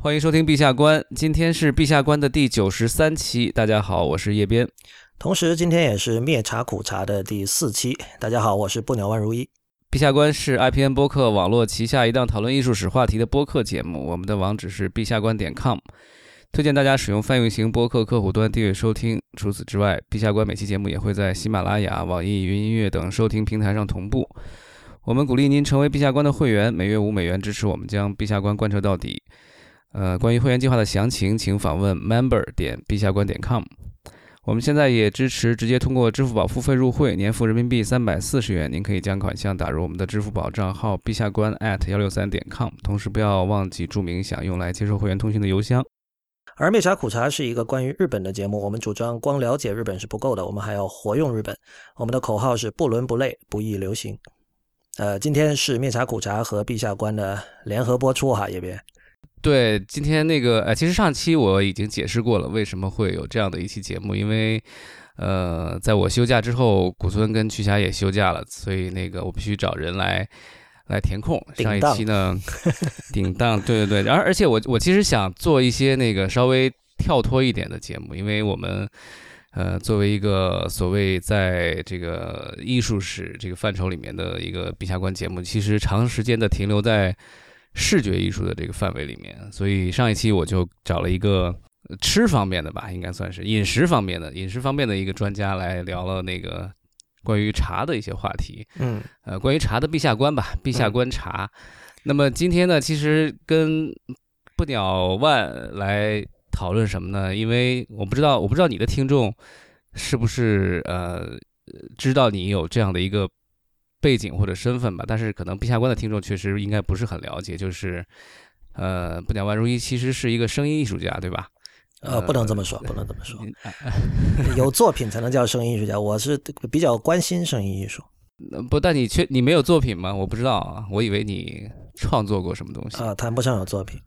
欢迎收听陛下观，今天是陛下观的第93期。大家好，我是叶边。 同时今天也是灭茶苦茶的第4期。大家好，我是不鸟万如一。 陛下观是 IPN 播客网络旗下一档讨论艺术史话题的播客节目，我们的网址是陛下观.com， 推荐大家使用泛用型播客客户端订阅收听。除此之外，陛下观每期节目也会在喜马拉雅、网易云音乐等收听平台上同步。我们鼓励您成为陛下观的会员，每月5美元支持我们，将陛下观贯彻到底。关于会员计划的详情，请访问 member 点陛下观.com。我们现在也支持直接通过支付宝付费入会，年付人民币340元，您可以将款项打入我们的支付宝账号陛下观 @163.com， 同时不要忘记注明想用来接受会员通讯的邮箱。 而灭茶苦茶是一个关于日本的节目，我们主张光了解日本是不够的，我们还要活用日本。我们的口号是不伦不类，不亦流行。今天是灭茶苦茶和陛下观的联合播出哈，叶边。 对，今天其实上期我已经解释过了，为什么会有这样的一期节目，因为在我休假之后，古村跟瞿霞也休假了，所以我必须找人来填空。上一期呢，顶当，对，而且我其实想做一些稍微跳脱一点的节目，因为我们作为一个所谓在这个艺术史这个范畴里面的一个陛下观节目，其实长时间的停留在视觉艺术的这个范围里面，所以上一期我就找了一个吃方面的吧，应该算是饮食方面的一个专家来聊了关于茶的一些话题。关于茶的陛下观吧，陛下观茶。那么今天呢，其实跟不鸟万来讨论什么呢？因为我不知道你的听众是不是知道你有这样的一个背景或者身份吧，但是可能陛下观的听众确实应该不是很了解，就是不鸟万如一其实是一个声音艺术家，对吧？ 不能这么说，有作品才能叫声音艺术家。我是比较关心声音艺术。 不，但你没有作品吗？我不知道啊，我以为你创作过什么东西啊，谈不上有作品。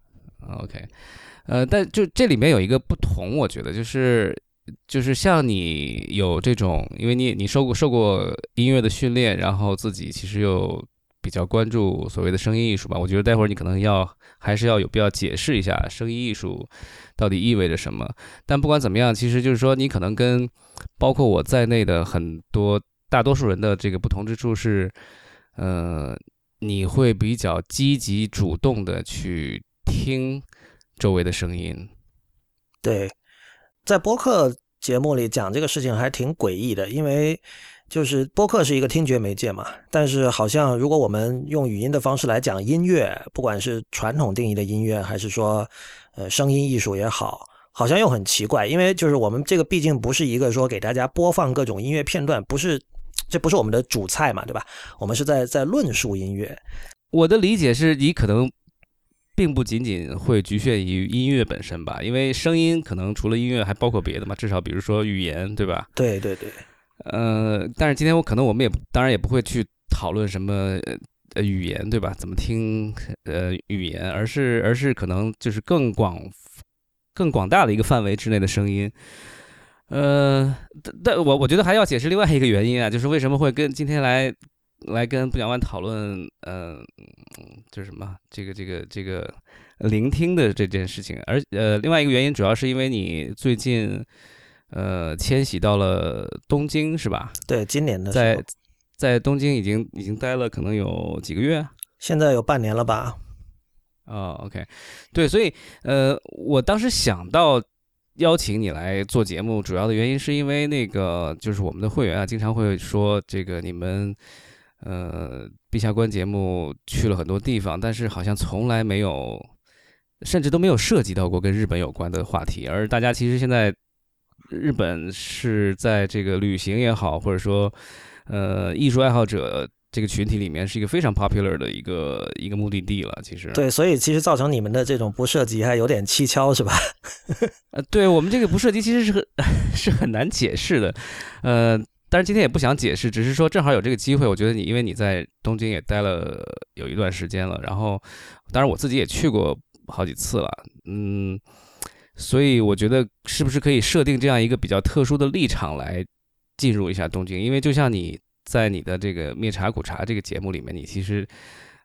OK，但就这里面有一个不同，我觉得就是像你有这种，因为你受过音乐的训练，然后自己其实又比较关注所谓的声音艺术吧。我觉得待会儿你可能还是要有必要解释一下声音艺术到底意味着什么。但不管怎么样，其实就是说你可能跟包括我在内的大多数人的这个不同之处是，你会比较积极主动的去听周围的声音。 对。在播客节目里讲这个事情还挺诡异的，因为就是播客是一个听觉媒介嘛，但是好像如果我们用语音的方式来讲音乐，不管是传统定义的音乐还是说声音艺术也好，好像又很奇怪，因为就是我们这个毕竟不是一个说给大家播放各种音乐片段，这不是我们的主菜嘛，对吧？我们是在论述音乐。 我的理解是你可能并不仅仅会局限于音乐本身吧，因为声音可能除了音乐还包括别的嘛，至少比如说语言，对吧？ 对。 但是今天我们当然也不会去讨论什么语言，对吧？怎么听语言，而是可能就是更广大的一个范围之内的声音。但我觉得还要解释另外一个原因啊，就是为什么会今天来跟不鸟万讨论，就是什么这个聆听的这件事情，而另外一个原因主要是因为你最近迁徙到了东京，是吧？ 对，今年的时候在东京已经待了可能有几个月， 现在有半年了吧？ OK， 对，所以我当时想到邀请你来做节目，主要的原因是因为就是我们的会员啊，经常会说你们陛下观节目去了很多地方，但是好像从来没有，甚至都没有涉及到过跟日本有关的话题。而大家其实现在日本是在这个旅行也好，或者说艺术爱好者这个群体里面是一个非常 popular 的一个目的地了。其实对，所以其实造成你们的这种不涉及还有点蹊跷，是吧？ 对，我们这个不涉及其实是很难解释的。但是今天也不想解释，只是说正好有这个机会，我觉得因为你在东京也待了有一段时间了，然后当然我自己也去过好几次了，所以我觉得是不是可以设定这样一个比较特殊的立场来进入一下东京，因为就像你在你的这个灭茶苦茶这个节目里面，你其实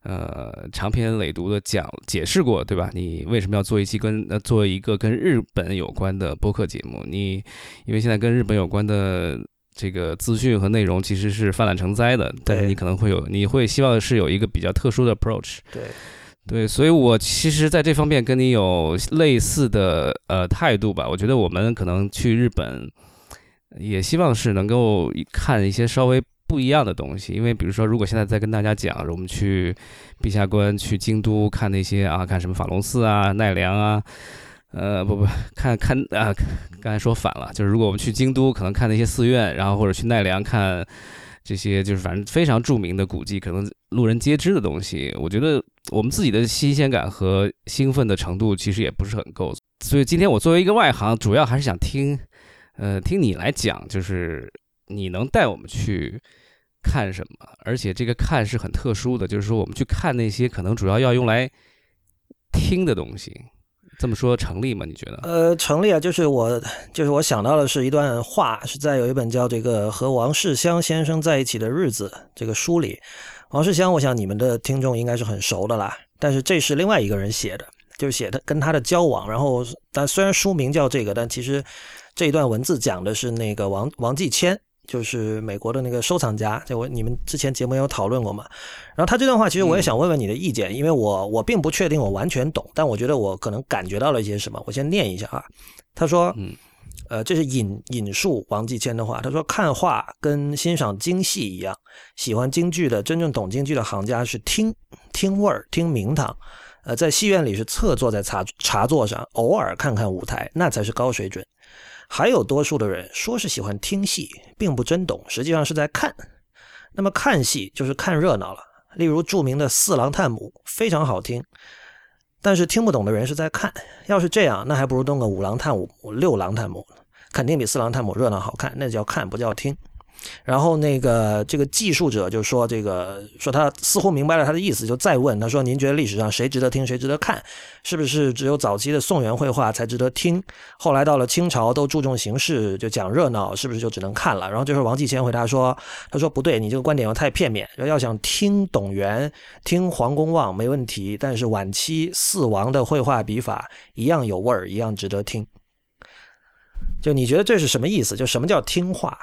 长篇累牍的解释过，对吧？你为什么要做一个跟日本有关的播客节目？因为现在跟日本有关的这个资讯和内容其实是泛滥成灾的，但是你可能你会希望是有一个比较特殊的 approach。对，所以我其实在这方面跟你有类似的态度吧。我觉得我们可能去日本也希望是能够看一些稍微不一样的东西，因为比如说如果现在在跟大家讲我们去陛下关、去京都看那些看什么法隆寺啊、奈良啊，看刚才说反了，就是如果我们去京都可能看那些寺院，然后或者去奈良看这些就是反正非常著名的古迹，可能路人皆知的东西，我觉得我们自己的新鲜感和兴奋的程度其实也不是很够。所以今天我作为一个外行，主要还是想听你来讲，就是你能带我们去看什么，而且这个看是很特殊的，就是说我们去看那些可能主要要用来听的东西。这么说成立吗？你觉得？ 成立啊，就是我想到的是一段话，是在有一本叫这个《和王世襄先生在一起的日子》这个书里。王世襄，我想你们的听众应该是很熟的啦，但是这是另外一个人写的，就是写他跟他的交往。然后，但虽然书名叫这个，但其实这一段文字讲的是那个王继谦。就是美国的那个收藏家，你们之前节目也有讨论过嘛。然后他这段话其实我也想问问你的意见，因为我并不确定我完全懂，但我觉得我可能感觉到了一些什么。我先念一下啊。他说这是引述王继谦的话，他说看画跟欣赏京戏一样，喜欢京剧的真正懂京剧的行家是听味儿、听名堂，在戏院里是侧坐在茶座上，偶尔看看舞台，那才是高水准。还有多数的人说是喜欢听戏，并不真懂，实际上是在看。那么看戏就是看热闹了，例如著名的四郎探母非常好听，但是听不懂的人是在看。要是这样，那还不如弄个五郎探母、六郎探母，肯定比四郎探母热闹好看，那叫看不叫听。然后这个记述者就说说他似乎明白了他的意思，就再问他说：“您觉得历史上谁值得听，谁值得看？是不是只有早期的宋元绘画才值得听？后来到了清朝都注重形式，就讲热闹，是不是就只能看了？”然后这时候王继谦回答说：“他说不对，你这个观点太片面。要想听董源、听黄公望没问题，但是晚期四王的绘画笔法一样有味儿，一样值得听。”就你觉得这是什么意思？就什么叫听话？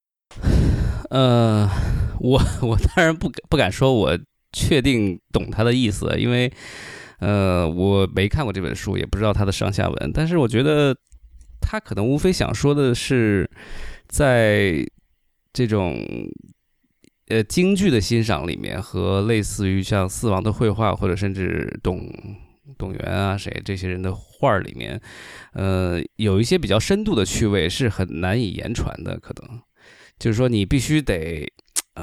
我当然不敢说我确定懂他的意思，因为我没看过这本书，也不知道他的上下文。但是我觉得他可能无非想说的是，在这种京剧的欣赏里面，和类似于像四王的绘画，或者甚至董源啊这些人的画里面，有一些比较深度的趣味是很难以言传的，可能。就是说你必须得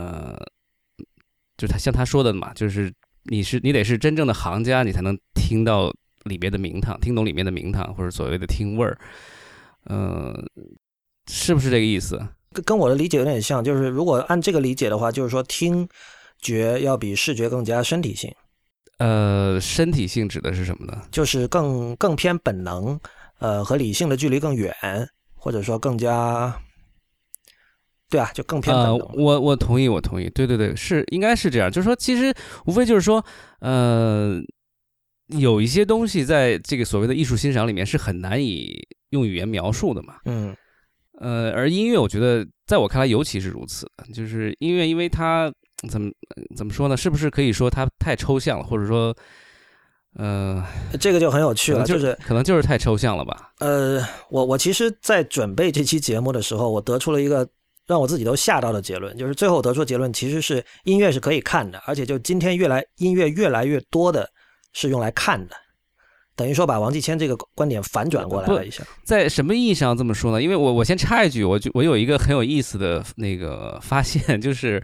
就像他说的嘛，就是你得是真正的行家，你才能听到里面的名堂，听懂里面的名堂，或者所谓的听味儿。是不是这个意思？ 跟我的理解有点像，就是如果按这个理解的话，就是说听觉要比视觉更加身体性。 身体性指的是什么呢？ 就是更偏本能，和理性的距离更远，或者说更加。对啊，就更偏本能。 我同意，对，是应该是这样。就是说，其实无非就是说，有一些东西在这个所谓的艺术欣赏里面是很难以用语言描述的嘛。而音乐，我觉得在我看来尤其是如此。就是音乐，因为它怎么说呢？是不是可以说它太抽象了，或者说， 这个就很有趣了， 可能就是太抽象了吧。 我其实，在准备这期节目的时候，我得出了一个让我自己都吓到的结论，就是最后得出结论其实是音乐是可以看的，而且就今天音乐越来越多的是用来看的，等于说把王继谦这个观点反转过来了一下。 在什么意义上这么说呢？因为我先插一句，我有一个很有意思的那个发现，就是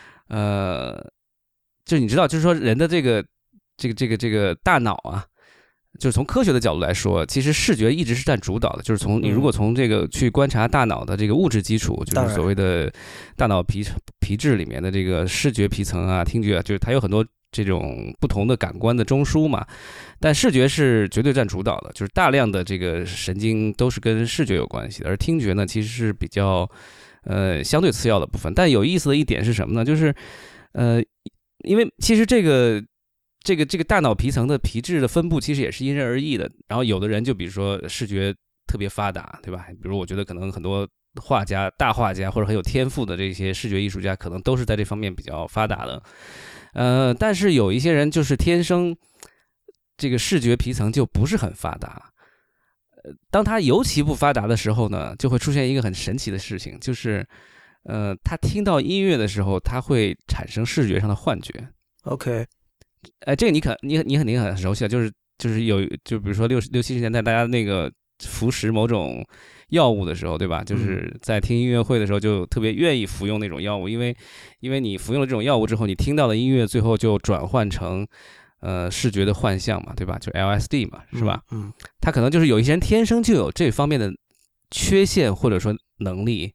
就你知道，就是说人的这个大脑啊。就是从科学的角度来说，其实视觉一直是占主导的。就是你如果从这个去观察大脑的这个物质基础，就是所谓的大脑皮质里面的这个视觉皮层啊、听觉啊，就是它有很多这种不同的感官的中枢嘛。但视觉是绝对占主导的，就是大量的这个神经都是跟视觉有关系的，而听觉呢其实是比较相对次要的部分。但有意思的一点是什么呢？就是因为其实这个这个大脑皮层的皮质的分布其实也是因人而异的。然后有的人就比如说视觉特别发达，对吧？比如我觉得可能很多画家、大画家或者很有天赋的这些视觉艺术家，可能都是在这方面比较发达的。但是有一些人就是天生这个视觉皮层就不是很发达。当他尤其不发达的时候呢，就会出现一个很神奇的事情，就是他听到音乐的时候，他会产生视觉上的幻觉。 OK， 这个你肯定很熟悉啊，就比如说六七十年代，大家那个服食某种药物的时候，对吧？就是在听音乐会的时候，就特别愿意服用那种药物，因为你服用了这种药物之后，你听到的音乐最后就转换成视觉的幻象嘛，对吧？就 LSD 嘛，是吧？他可能就是有一些人天生就有这方面的缺陷或者说能力。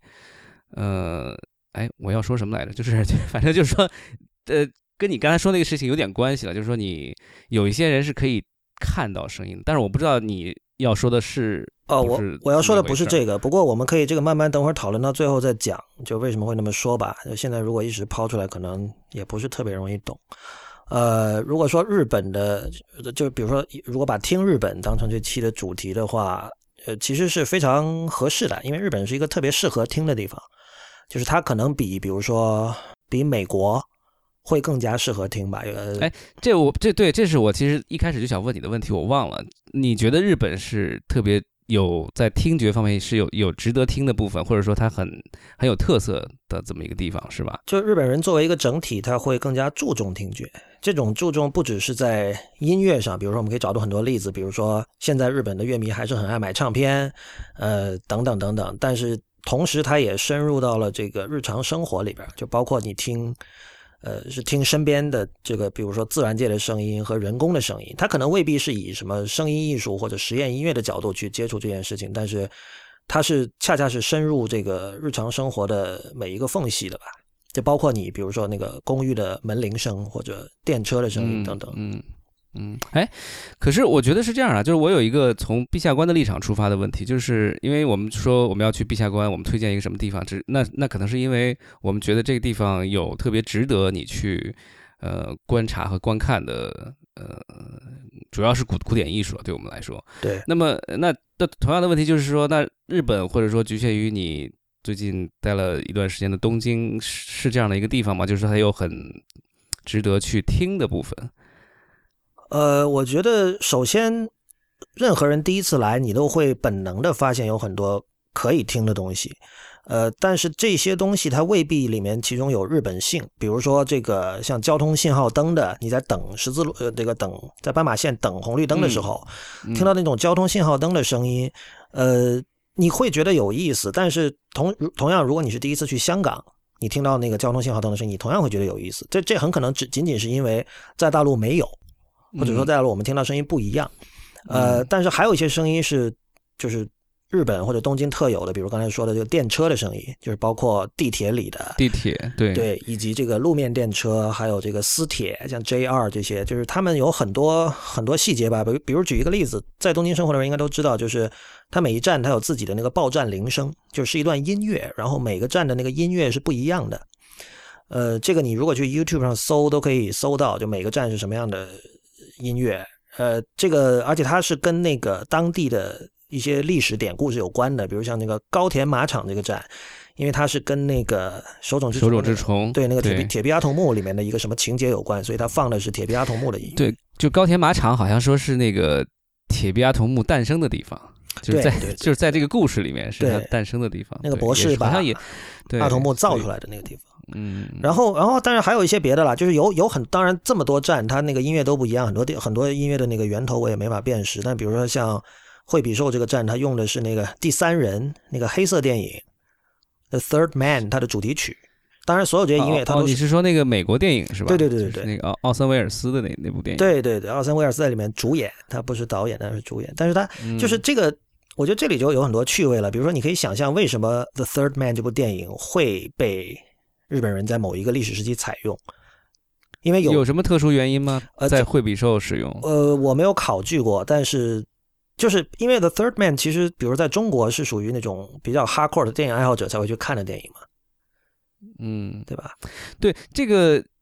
我要说什么来着？就是反正就是说，跟你刚才说那个事情有点关系了，就是说你有一些人是可以看到声音，但是我不知道你要说的是我要说的不是这个，不过我们可以这个慢慢等会儿讨论到最后再讲，就为什么会那么说吧。现在如果一时抛出来，可能也不是特别容易懂。如果说日本的，就比如说如果把听日本当成这期的主题的话，其实是非常合适的，因为日本是一个特别适合听的地方，就是它可能比如说比美国会更加适合听吧。 这是我其实一开始就想问你的问题，我忘了。你觉得日本是特别有在听觉方面是有值得听的部分，或者说它很有特色的这么一个地方，是吧？ 就日本人作为一个整体，他会更加注重听觉。这种注重不只是在音乐上，比如说我们可以找到很多例子，比如说现在日本的乐迷还是很爱买唱片，等等等等。但是同时，它也深入到了这个日常生活里边，就包括你听。是听身边的这个，比如说自然界的声音和人工的声音，它可能未必是以什么声音艺术或者实验音乐的角度去接触这件事情，但是它是恰恰是深入这个日常生活的每一个缝隙的吧，就包括你比如说那个公寓的门铃声或者电车的声音等等。 可是我觉得是这样啊，就是我有一个从陛下观的立场出发的问题，就是因为我们说我们要去陛下观，我们推荐一个什么地方，那可能是因为我们觉得这个地方有特别值得你去观察和观看的主要是古典艺术，对我们来说。 对。 那么那同样的问题就是说，那日本或者说局限于你最近待了一段时间的东京是这样的一个地方吗？就是它有很值得去听的部分。 我觉得首先，任何人第一次来，你都会本能的发现有很多可以听的东西。但是这些东西它未必里面其中有日本性。比如说这个像交通信号灯的，你在等十字路在斑马线等红绿灯的时候，听到那种交通信号灯的声音，你会觉得有意思。但是同样，如果你是第一次去香港，你听到那个交通信号灯的声音，你同样会觉得有意思。这很可能仅仅是因为在大陆没有。或者说在大陆我们听到声音不一样，但是还有一些声音是就是日本或者东京特有的，比如刚才说的这个电车的声音，就是包括地铁里的地铁，对， 以及这个路面电车，还有这个私铁，像 JR 这些，就是他们有很多细节吧。比如举一个例子，在东京生活的人应该都知道，就是它每一站它有自己的那个报站铃声，就是一段音乐，然后每个站的那个音乐是不一样的。这个你如果去 YouTube 上搜都可以搜到，就每个站是什么样的音乐，这个而且它是跟那个当地的一些历史典故是有关的，比如像那个高田马场这个站，因为它是跟那个手冢治虫对那个铁臂阿童木里面的一个什么情节有关，所以它放的是铁臂阿童木的音乐。 对，就高田马场好像说是那个铁臂阿童木诞生的地方，就是在这个故事里面是他诞生的地方。 那个博士把阿童木造出来的那个地方。然后但是还有一些别的啦，就是当然这么多站它那个音乐都不一样，很多音乐的那个源头我也没法辨识。但比如说像惠比寿这个站，它用的是那个第三人那个黑色电影 The Third Man 它的主题曲。当然所有这些音乐它都是你是说那个美国电影是吧？ 对， 那个奥森威尔斯的那部电影。 对，奥森威尔斯在里面主演，他不是导演但是主演。但是他就是这个我觉得这里就有很多趣味了。比如说你可以想象为什么 The Third Man 这部电影会被日本人在某一个历史时期采用，因为有什么特殊原因吗？在惠比寿使用？ 我没有考据过，但是就是因为 The Third Man 其实比如在中国是属于那种比较 hardcore 的电影爱好者才会去看的电影嘛，对吧？ 对，这个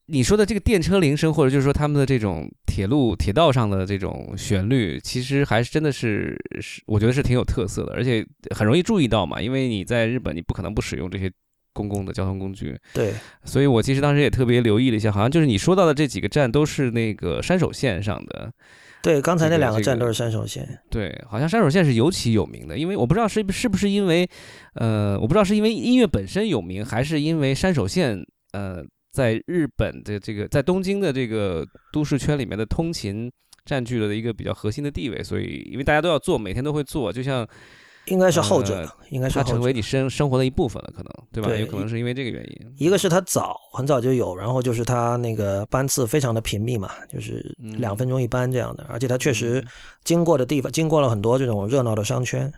你说的这个电车铃声，或者就是说他们的这种铁道上的这种旋律，其实还是真的是我觉得是挺有特色的，而且很容易注意到嘛，因为你在日本你不可能不使用这些公共的交通工具。 对， 所以我其实当时也特别留意了一下，好像就是你说到的这几个站都是那个山手线上的。 对，刚才那2个站都是山手线。 对，好像山手线是尤其有名的，因为我不知道是不是因为，我不知道是因为音乐本身有名，还是因为山手线，在日本的这个在东京的这个都市圈里面的通勤占据了一个比较核心的地位，所以因为大家都要坐，每天都会坐，就像应该是后者，应该是后者， 它成为你生活的一部分了，可能对吧？ 对， 有可能是因为这个原因。 一个是它很早就有，然后就是它那个班次非常的频密嘛，就是2分钟一班这样的，而且它确实经过的地方经过了很多这种热闹的商圈。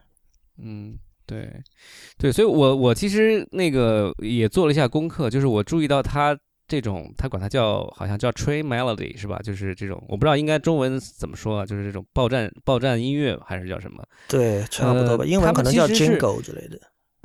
对，所以我其实那个也做了一下功课，就是我注意到它这种，它管它好像叫 train melody 是吧？就是这种，我不知道应该中文怎么说啊，就是这种报站音乐还是叫什么？ 对，差不多吧，英文可能叫 jingle 之类的。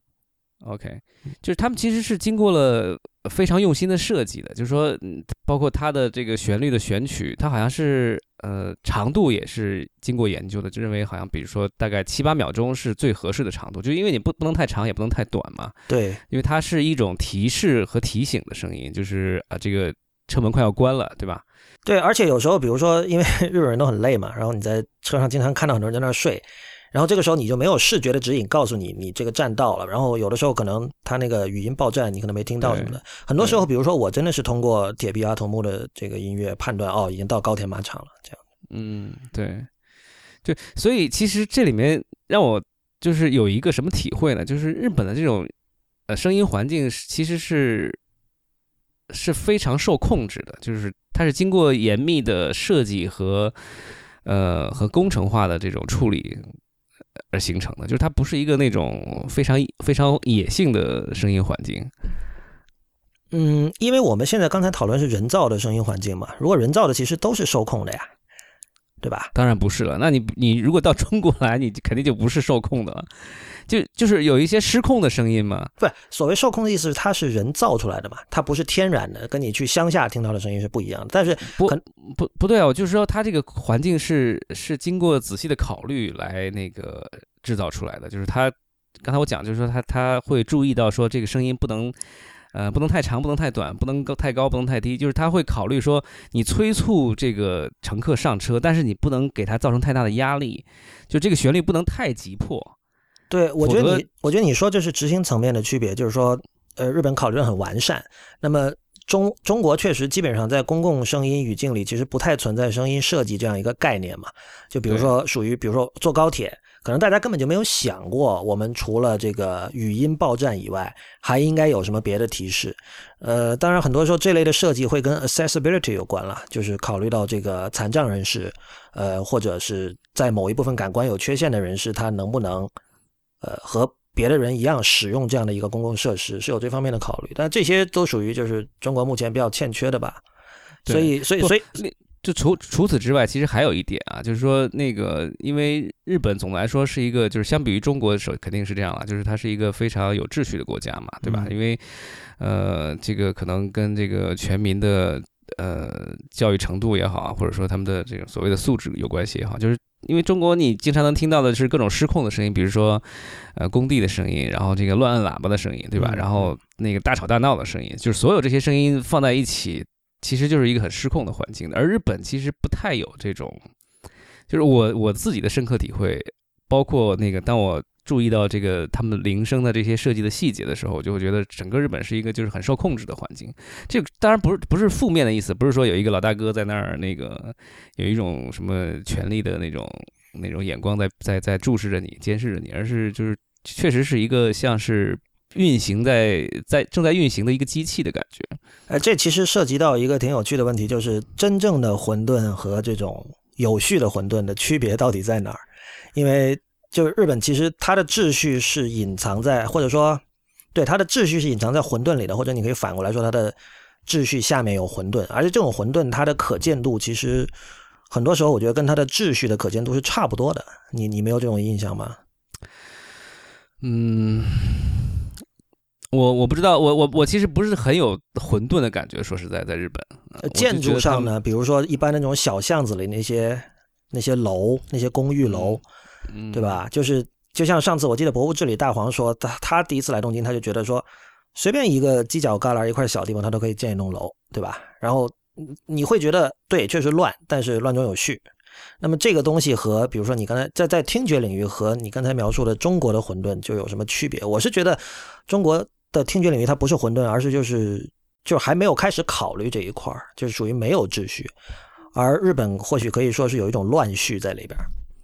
OK， 就是他们其实是经过了非常用心的设计的，就是说，包括它的这个旋律的选取，它好像是长度也是经过研究的，就认为好像比如说大概7-8秒钟是最合适的长度，就因为你不能太长，也不能太短嘛。 对， 因为它是一种提示和提醒的声音，就是这个车门快要关了，对吧？ 对，而且有时候比如说，因为日本人都很累嘛，然后你在车上经常看到很多人在那儿睡。然后这个时候你就没有视觉的指引告诉你这个站到了，然后有的时候可能他那个语音报站你可能没听到什么的，很多时候比如说我真的是通过铁臂阿童木的这个音乐判断已经到高田马场了这样。 对，所以其实这里面让我就是有一个什么体会呢，就是日本的这种声音环境其实是非常受控制的，就是它是经过严密的设计和工程化的这种处理而形成的，就是它不是一个那种非常野性的声音环境。 因为我们现在刚才讨论是人造的声音环境嘛，如果人造的其实都是受控的呀，对吧？ 当然不是了，那你如果到中国来，你肯定就不是受控的了，就是有一些失控的声音嘛。 不，所谓受控的意思是它是人造出来的嘛，它不是天然的，跟你去乡下听到的声音是不一样的。但是不对啊，我就是说它这个环境是经过仔细的考虑来那个制造出来的，就是它刚才我讲就是说它会注意到说这个声音不能太长，不能太短，不能太高，不能太低，就是他会考虑说你催促这个乘客上车，但是你不能给他造成太大的压力，就这个旋律不能太急迫。 对，我觉得你说这是执行层面的区别，就是说日本考虑得很完善，那么中国确实基本上在公共声音语境里其实不太存在声音设计这样一个概念嘛，就比如说比如说坐高铁，可能大家根本就没有想过我们除了这个语音报站以外还应该有什么别的提示。当然很多时候这类的设计会跟 accessibility 有关了，就是考虑到这个残障人士或者是在某一部分感官有缺陷的人士，他能不能和别的人一样使用这样的一个公共设施，是有这方面的考虑，但这些都属于就是中国目前比较欠缺的吧。所以就除此之外，其实还有一点啊，就是说那个，因为日本总的来说是一个，就是相比于中国的时候肯定是这样了，就是它是一个非常有秩序的国家嘛，对吧？因为这个可能跟这个全民的教育程度也好啊，或者说他们的这种所谓的素质有关系也好，就是因为中国你经常能听到的是各种失控的声音，比如说工地的声音，然后这个乱按喇叭的声音，对吧？然后那个大吵大闹的声音，就是所有这些声音放在一起，其实就是一个很失控的环境的。而日本其实不太有这种，就是我自己的深刻体会，包括那个当我注意到这个他们铃声的这些设计的细节的时候，我就会觉得整个日本是一个就是很受控制的环境。这个当然不是负面的意思，不是说有一个老大哥在那儿那个有一种什么权力的那种眼光在注视着你、监视着你，而是就是确实是一个像是运行正在运行的一个机器的感觉。 这其实涉及到一个挺有趣的问题，就是真正的混沌和这种有序的混沌的区别到底在哪儿？因为就日本其实它的秩序是隐藏在，或者说对它的秩序是隐藏在混沌里的，或者你可以反过来说它的秩序下面有混沌，而且这种混沌它的可见度其实很多时候我觉得跟它的秩序的可见度是差不多的。你没有这种印象吗？ 我不知道，我其实不是很有混沌的感觉，说实在，在日本， 建筑上呢，比如说一般那种小巷子里那些楼，那些公寓楼，对吧？就像上次我记得博物志里大黄说，他第一次来东京，他就觉得说，随便一个犄角旮旯一块小地方，他都可以建一栋楼，对吧？然后你会觉得对，确实乱，但是乱中有序。那么这个东西和比如说你刚才在听觉领域和你刚才描述的中国的混沌就有什么区别？我是觉得中国的听觉领域它不是混沌，而是就还没有开始考虑这一块，就是属于没有秩序。而日本或许可以说是有一种乱序在里边。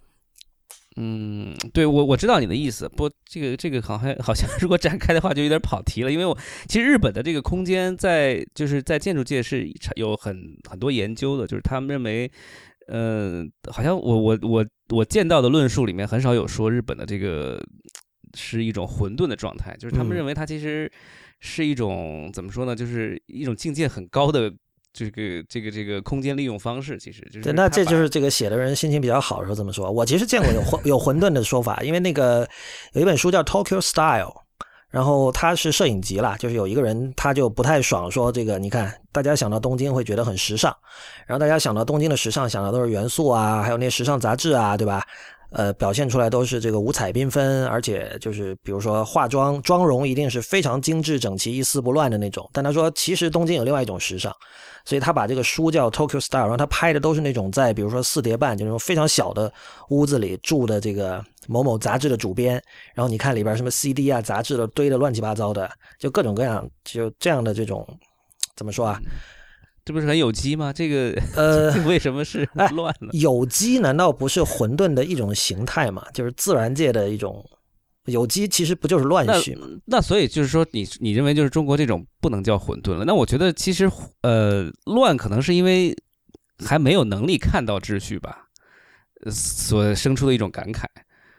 对，我知道你的意思，不过这个好像如果展开的话就有点跑题了，因为其实日本的这个空间就是在建筑界是有很多研究的，就是他们认为，好像我见到的论述里面很少有说日本的这个是一种混沌的状态，就是他们认为它其实是一种怎么说呢，就是一种境界很高的。这个空间利用方式，其实就是对，那这就是这个写的人心情比较好的时候这么说。我其实见过有混沌的说法，因为那个有一本书叫 Tokyo Style， 然后他是摄影集啦，就是有一个人他就不太爽，说这个你看大家想到东京会觉得很时尚，然后大家想到东京的时尚想到都是元素啊，还有那些时尚杂志啊，对吧？表现出来都是这个五彩缤纷，而且就是比如说化妆妆容一定是非常精致整齐一丝不乱的那种。但他说其实东京有另外一种时尚，所以他把这个书叫 Tokyo Style， 然后他拍的都是那种在比如说4叠半就那种非常小的屋子里住的这个某某杂志的主编，然后你看里边什么 CD 啊杂志的堆的乱七八糟的，就各种各样就这样的这种怎么说啊？ 这不是很有机吗？这个为什么是乱呢？ 有机难道不是混沌的一种形态吗？就是自然界的一种有机，其实不就是乱序吗？ 那所以就是说你认为就是中国这种不能叫混沌了？那我觉得其实乱可能是因为还没有能力看到秩序吧，所生出的一种感慨。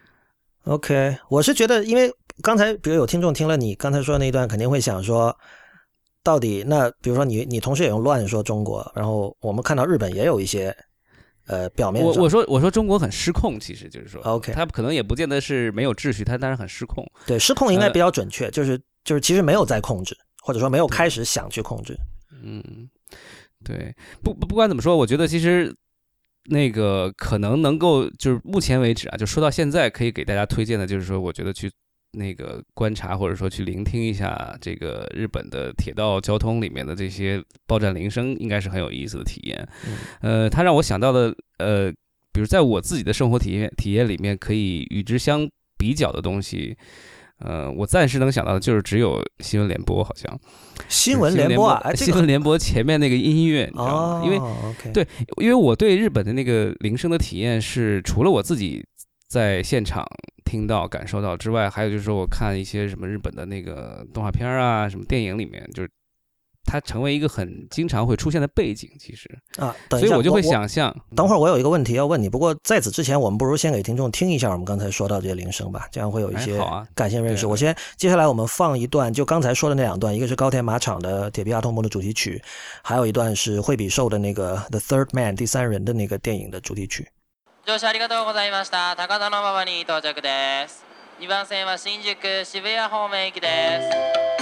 OK， 我是觉得，因为刚才比如有听众听了你刚才说的那一段，肯定会想说。到底那比如说你同时也用乱说中国，然后我们看到日本也有一些表面上我说中国很失控，其实就是说 OK， 它可能也不见得是没有秩序，它当然很失控。 对，失控应该比较准确，就是其实没有在控制，或者说没有开始想去控制。 对，不管怎么说，我觉得其实那个可能能够就是目前为止啊，就说到现在可以给大家推荐的，就是说我觉得去那个观察或者说去聆听一下这个日本的铁道交通里面的这些报站铃声，应该是很有意思的体验。它让我想到的比如在我自己的生活体验里面可以与之相比较的东西，我暂时能想到的就是只有新闻联播，好像新闻联播啊， 新闻联播前面那个音乐，你知道吗？因为对，因为我对日本的那个铃声的体验是除了我自己在现场听到感受到之外，还有就是说我看一些什么日本的那个动画片啊，什么电影里面，就是它成为一个很经常会出现的背景，其实等一下， 所以我就会想象。 等会儿我有一个问题要问你，不过在此之前，我们不如先给听众听一下我们刚才说到这些铃声吧，这样会有一些感性认识。我接下来我们放一段，就刚才说的那2段，一个是高田马场的《铁臂阿童木》的主题曲，还有一段是惠比寿的那个《The Third Man》第3人的那个电影的主题曲。 乗車ありがとうございました。高田馬場に到着です。2番線は新宿渋谷方面行きです。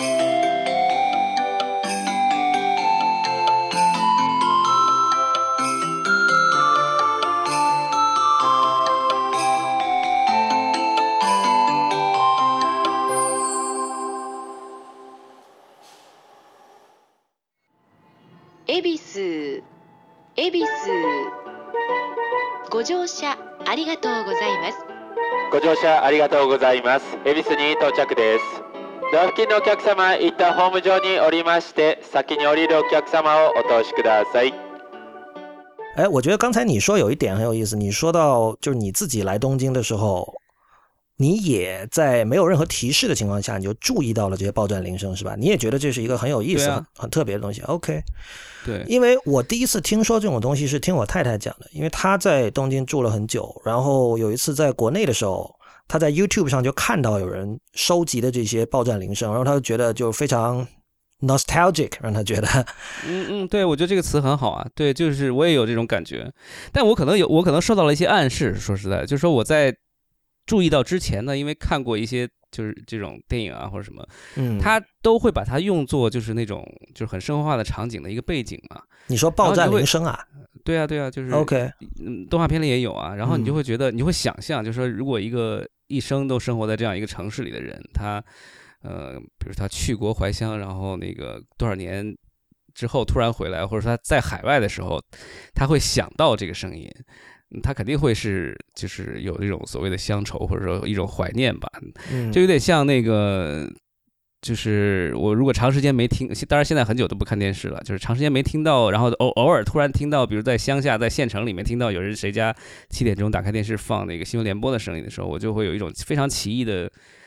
恵比寿ご乗車ありがとうございます。 ご乗車ありがとうございます。恵比寿に到着です。ドア付近のお客様、一旦ホーム上に降りまして、先に降りるお客様をお通しください。 我觉得刚才你说有一点很有意思，你说到就是你自己来东京的时候，你也在没有任何提示的情况下，你就注意到了这些报站铃声，是吧？你也觉得这是一个很有意思、很特别的东西。OK， 对， 因为我第一次听说这种东西是听我太太讲的，因为她在东京住了很久，然后有一次在国内的时候，她在 YouTube 上就看到有人收集的这些报站铃声，然后她就觉得就非常nostalgic， 让她觉得， 对，我觉得这个词很好啊，对，就是我也有这种感觉，但我可能受到了一些暗示，说实在，就是说我在注意到之前呢，因为看过一些就是这种电影啊或者什么，他都会把它用作就是那种就是很生活化的场景的一个背景嘛。 你说爆炸铃声啊？ 对啊，对啊，就是 OK， 动画片里也有啊。然后你就会觉得，你会想象，就是说，如果一生都生活在这样一个城市里的人，他比如他去国怀乡，然后那个多少年之后突然回来，或者说他在海外的时候，他会想到这个声音。他肯定会是，就是有这种所谓的乡愁，或者说一种怀念吧。就有点像那个，就是我如果长时间没听，当然现在很久都不看电视了，就是长时间没听到，然后偶尔突然听到，比如在乡下，在县城里面听到有人谁家7点钟打开电视放那个新闻联播的声音的时候，我就会有一种非常奇异的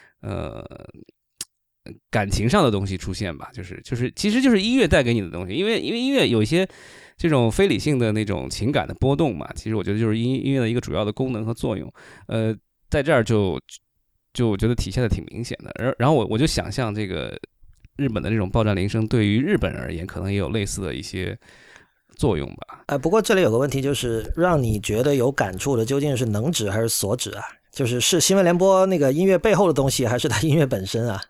感情上的东西出现吧。就是其实就是音乐带给你的东西，因为音乐有一些这种非理性的那种情感的波动嘛，其实我觉得就是音乐的一个主要的功能和作用。在这儿就我觉得体现的挺明显的。然后我就想象这个日本的这种爆炸铃声对于日本人而言可能也有类似的一些作用吧。 不过这里有个问题，就是让你觉得有感触的究竟是能指还是所指啊？就是新闻联播那个音乐背后的东西，还是它音乐本身啊？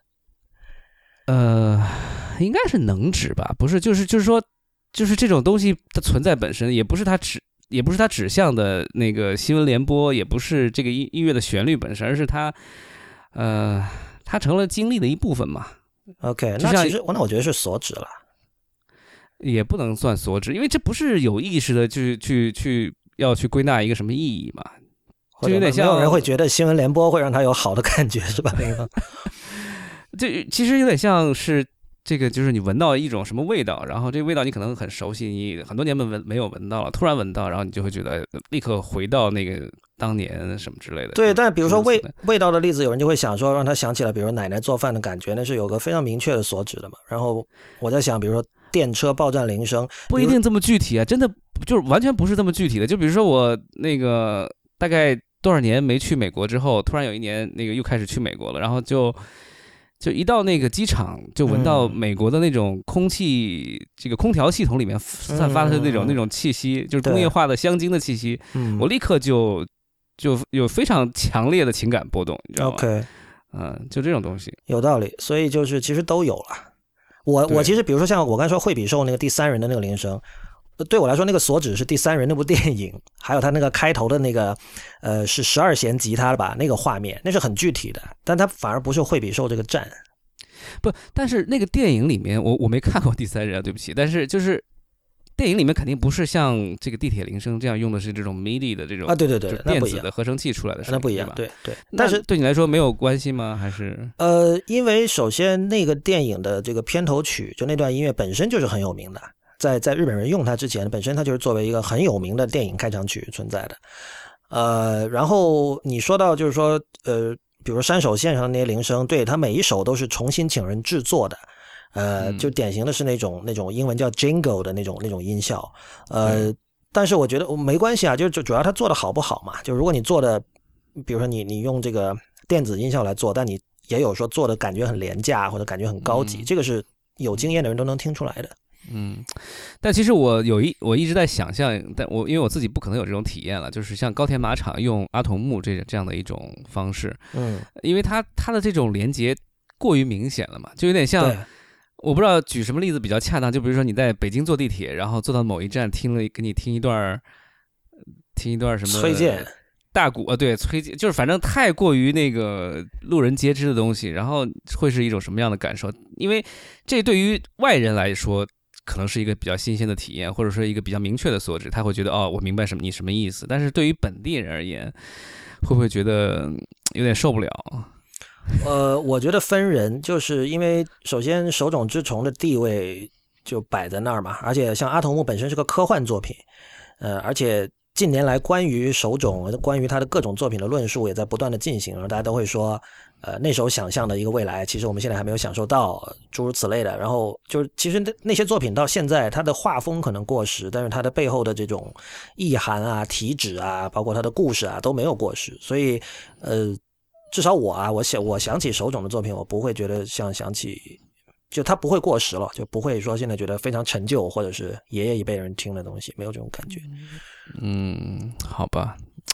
应该是能指吧，不是，就是说，就是这种东西的存在本身，也不是它指向的那个新闻联播，也不是这个音乐的旋律本身，而是它成了经历的一部分嘛。 OK， 那其实我觉得是所指了， 也不能算所指，因为这不是有意识的要去归纳一个什么意义嘛，就有点像没有人会觉得新闻联播会让他有好的感觉，是吧？ 这其实有点像是这个，就是你闻到一种什么味道，然后这个味道你可能很熟悉，你很多年没有闻到了，突然闻到，然后你就会觉得立刻回到那个当年什么之类的。 对，但比如说味道的例子，有人就会想说让他想起来，比如奶奶做饭的感觉，那是有个非常明确的所指的嘛。然后我在想，比如说电车爆炸铃声， 不一定这么具体啊，真的就是完全不是这么具体的。就比如说我那个大概多少年没去美国之后，突然有一年那个又开始去美国了，然后就一到那个机场，就闻到美国的那种空气，这个空调系统里面散发的那种气息，就是工业化的香精的气息，我立刻就有非常强烈的情感波动，你知道吗 ？OK， 就这种东西有道理，所以就是其实都有了。我其实比如说像我刚才说惠比寿那个第三人的那个铃声，对我来说那个所指是第三人那部电影，还有他那个开头的那个是12弦吉他吧，那个画面那是很具体的，但它反而不是惠比寿这个站。 不，但是那个电影里面我没看过第三人啊，对不起，但是就是电影里面肯定不是像这个地铁铃声这样用的是这种 MIDI 的这种对， 电子的合成器出来的声音， 那不一样，对。 但是对你来说没有关系吗？还是因为首先那个电影的这个片头曲，就那段音乐本身就是很有名的，在日本人用它之前，本身它就是作为一个很有名的电影开场曲存在的。然后你说到就是说比如山手线上的那些铃声，对，它每一首都是重新请人制作的。就典型的是那种英文叫 jingle 的那种音效，但是我觉得没关系啊，就主要它做的好不好嘛。就如果你做的，比如说你用这个电子音效来做，但你也有说做的感觉很廉价或者感觉很高级，这个是有经验的人都能听出来的。 但其实我一直在想象，但因为我自己不可能有这种体验了，就是像高田马场用阿童木这样的一种方式，因为它的这种连接过于明显了嘛，就有点像。我不知道举什么例子比较恰当，就比如说你在北京坐地铁，然后坐到某一站给你听一段什么崔健大鼓对，崔健，就是反正太过于那个路人皆知的东西，然后会是一种什么样的感受？因为这对于外人来说可能是一个比较新鲜的体验，或者说一个比较明确的所指，他会觉得我明白你什么意思。但是对于本地人而言，会不会觉得有点受不了？ 我觉得分人，就是因为首先手冢治虫的地位就摆在那儿嘛，而且像阿童木本身是个科幻作品，而且近年来关于手冢关于他的各种作品的论述也在不断的进行，然后大家都会说那时候想象的一个未来其实我们现在还没有享受到，诸如此类的。然后就是其实那些作品到现在它的画风可能过时，但是它的背后的这种意涵啊体旨啊包括它的故事啊都没有过时，所以至少我想起手冢的作品，我不会觉得像想起，就它不会过时了，就不会说现在觉得非常陈旧或者是爷爷一辈人听的东西，没有这种感觉。 好吧，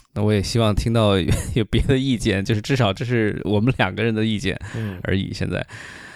那我也希望听到有别的意见，就是至少这是我们2个人的意见而已。现在，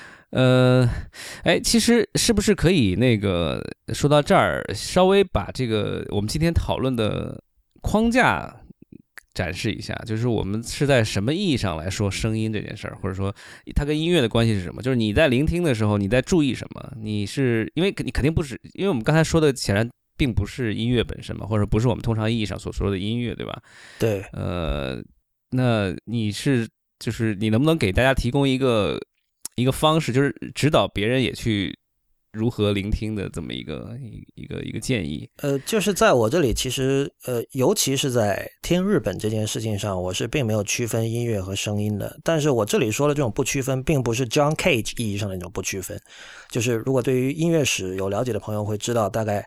其实是不是可以那个说到这儿，稍微把这个我们今天讨论的框架展示一下，就是我们是在什么意义上来说声音这件事儿，或者说它跟音乐的关系是什么？就是你在聆听的时候，你在注意什么？你是因为你肯定不是，因为我们刚才说的显然并不是音乐本身嘛，或者不是我们通常意义上所说的音乐，对吧？ 对。 那你是就是你能不能给大家提供一个方式，就是指导别人也去如何聆听的这么一个建议？ 就是在我这里，其实尤其是在听日本这件事情上，我是并没有区分音乐和声音的。但是我这里说的这种不区分，并不是 John Cage 意义上的那种不区分。就是如果对于音乐史有了解的朋友会知道，大概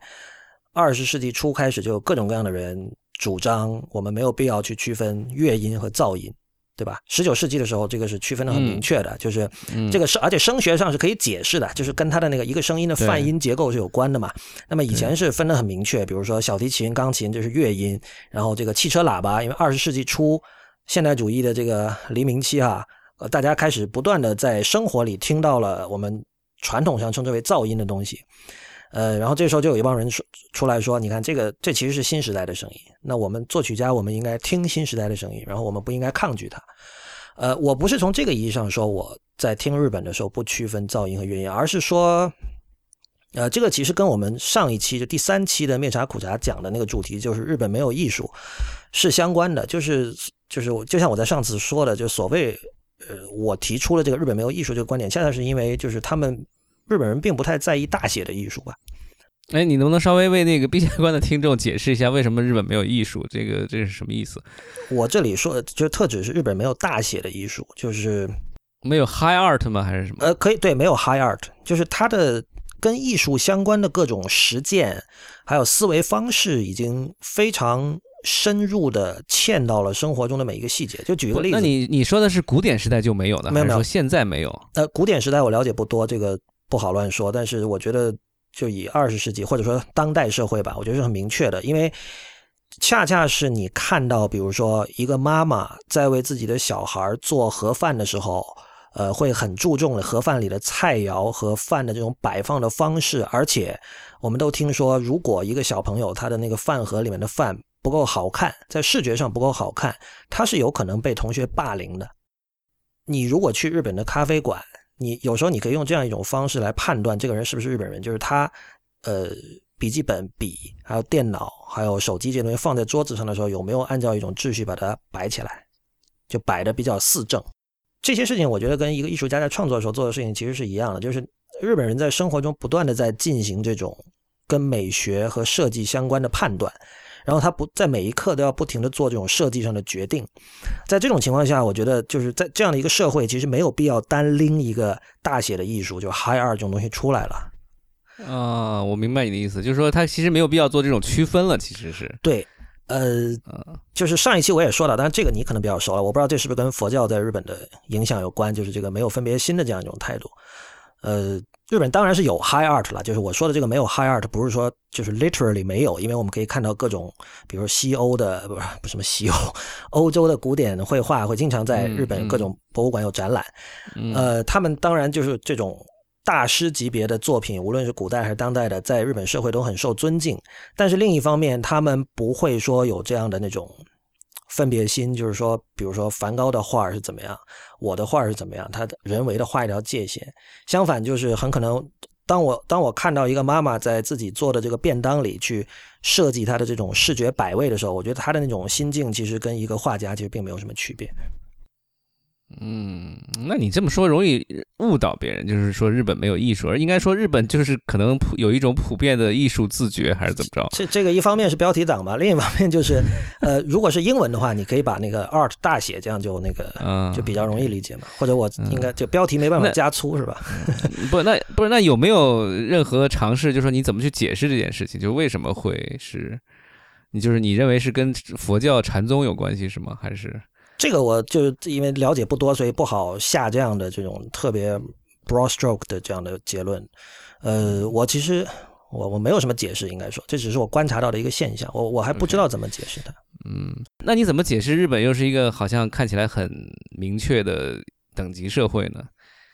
20世纪初开始就有各种各样的人主张，我们没有必要去区分乐音和噪音。对吧？19世纪的时候，这个是区分的很明确的，就是这个是，而且声学上是可以解释的，就是跟它的那个一个声音的泛音结构是有关的嘛。那么以前是分得很明确，比如说小提琴、钢琴这是乐音，然后这个汽车喇叭，因为20世纪初现代主义的这个黎明期大家开始不断的在生活里听到了我们传统上称之为噪音的东西。然后这时候就有一帮人出来说，你看这其实是新时代的声音，那我们作曲家我们应该听新时代的声音，然后我们不应该抗拒它。我不是从这个意义上说我在听日本的时候不区分噪音和乐音，而是说这个其实跟我们上一期就第3期的灭茶苦茶讲的那个主题，就是日本没有艺术是相关的。就是就像我在上次说的，就所谓我提出了这个日本没有艺术这个观点，恰恰是因为就是日本人并不太在意大写的艺术吧。 你能不能稍微为那个闭下关的听众解释一下为什么日本没有艺术？这是什么意思？ 我这里说就特指是日本没有大写的艺术，就是没有 high art 吗？还是什么？ 可以，对，没有 high art， 就是它的跟艺术相关的各种实践还有思维方式已经非常深入的嵌到了生活中的每一个细节。就举个例子， 那你说的是古典时代就没有的，还是说现在没有？ 古典时代我了解不多，这个不好乱说。但是我觉得，就以20世纪或者说当代社会吧，我觉得是很明确的，因为恰恰是你看到，比如说一个妈妈在为自己的小孩做盒饭的时候，会很注重盒饭里的菜肴和饭的这种摆放的方式，而且我们都听说，如果一个小朋友他的那个饭盒里面的饭不够好看，在视觉上不够好看，他是有可能被同学霸凌的。你如果去日本的咖啡馆，你有时候你可以用这样一种方式来判断这个人是不是日本人，就是他笔记本、笔还有电脑还有手机这些东西放在桌子上的时候，有没有按照一种秩序把它摆起来，就摆得比较四正。这些事情我觉得跟一个艺术家在创作的时候做的事情其实是一样的，就是日本人在生活中不断的在进行这种跟美学和设计相关的判断，然后他不在每一刻都要不停的做这种设计上的决定。在这种情况下，我觉得就是在这样的一个社会，其实没有必要单拎一个大写的艺术，就 high art 这种东西出来了。 我明白你的意思，就是说他其实没有必要做这种区分了，其实是对。就是上一期我也说了，但是这个你可能比较熟了，我不知道这是不是跟佛教在日本的影响有关，就是这个没有分别心的这样一种态度。日本当然是有 high art 了，就是我说的这个没有 high art 不是说就是 literally 没有，因为我们可以看到各种比如西欧的不是什么西欧，欧洲的古典绘画会经常在日本各种博物馆有展览。他们当然就是这种大师级别的作品，无论是古代还是当代的，在日本社会都很受尊敬。但是另一方面，他们不会说有这样的那种分别心，就是说比如说梵高的画是怎么样，我的画是怎么样，他人为的画一条界限。相反，就是很可能当我看到一个妈妈在自己做的这个便当里去设计她的这种视觉摆位的时候，我觉得她的那种心境其实跟一个画家其实并没有什么区别。 那你这么说容易误导别人，就是说日本没有艺术，而应该说日本就是可能有一种普遍的艺术自觉，还是怎么着？ 这个一方面是标题党嘛，另一方面就是如果是英文的话，你可以把那个 art 大写，这样就那个就比较容易理解嘛。或者我应该就标题没办法加粗是吧？ 那有没有任何尝试，就是说你怎么去解释这件事情？就为什么会是你认为是跟佛教禅宗有关系是吗？还是？ 这个我就因为了解不多，所以不好下这样的这种特别 broad stroke 的这样的结论。我其实我没有什么解释，应该说这只是我观察到的一个现象，我还不知道怎么解释它。 那你怎么解释日本又是一个好像看起来很明确的等级社会呢？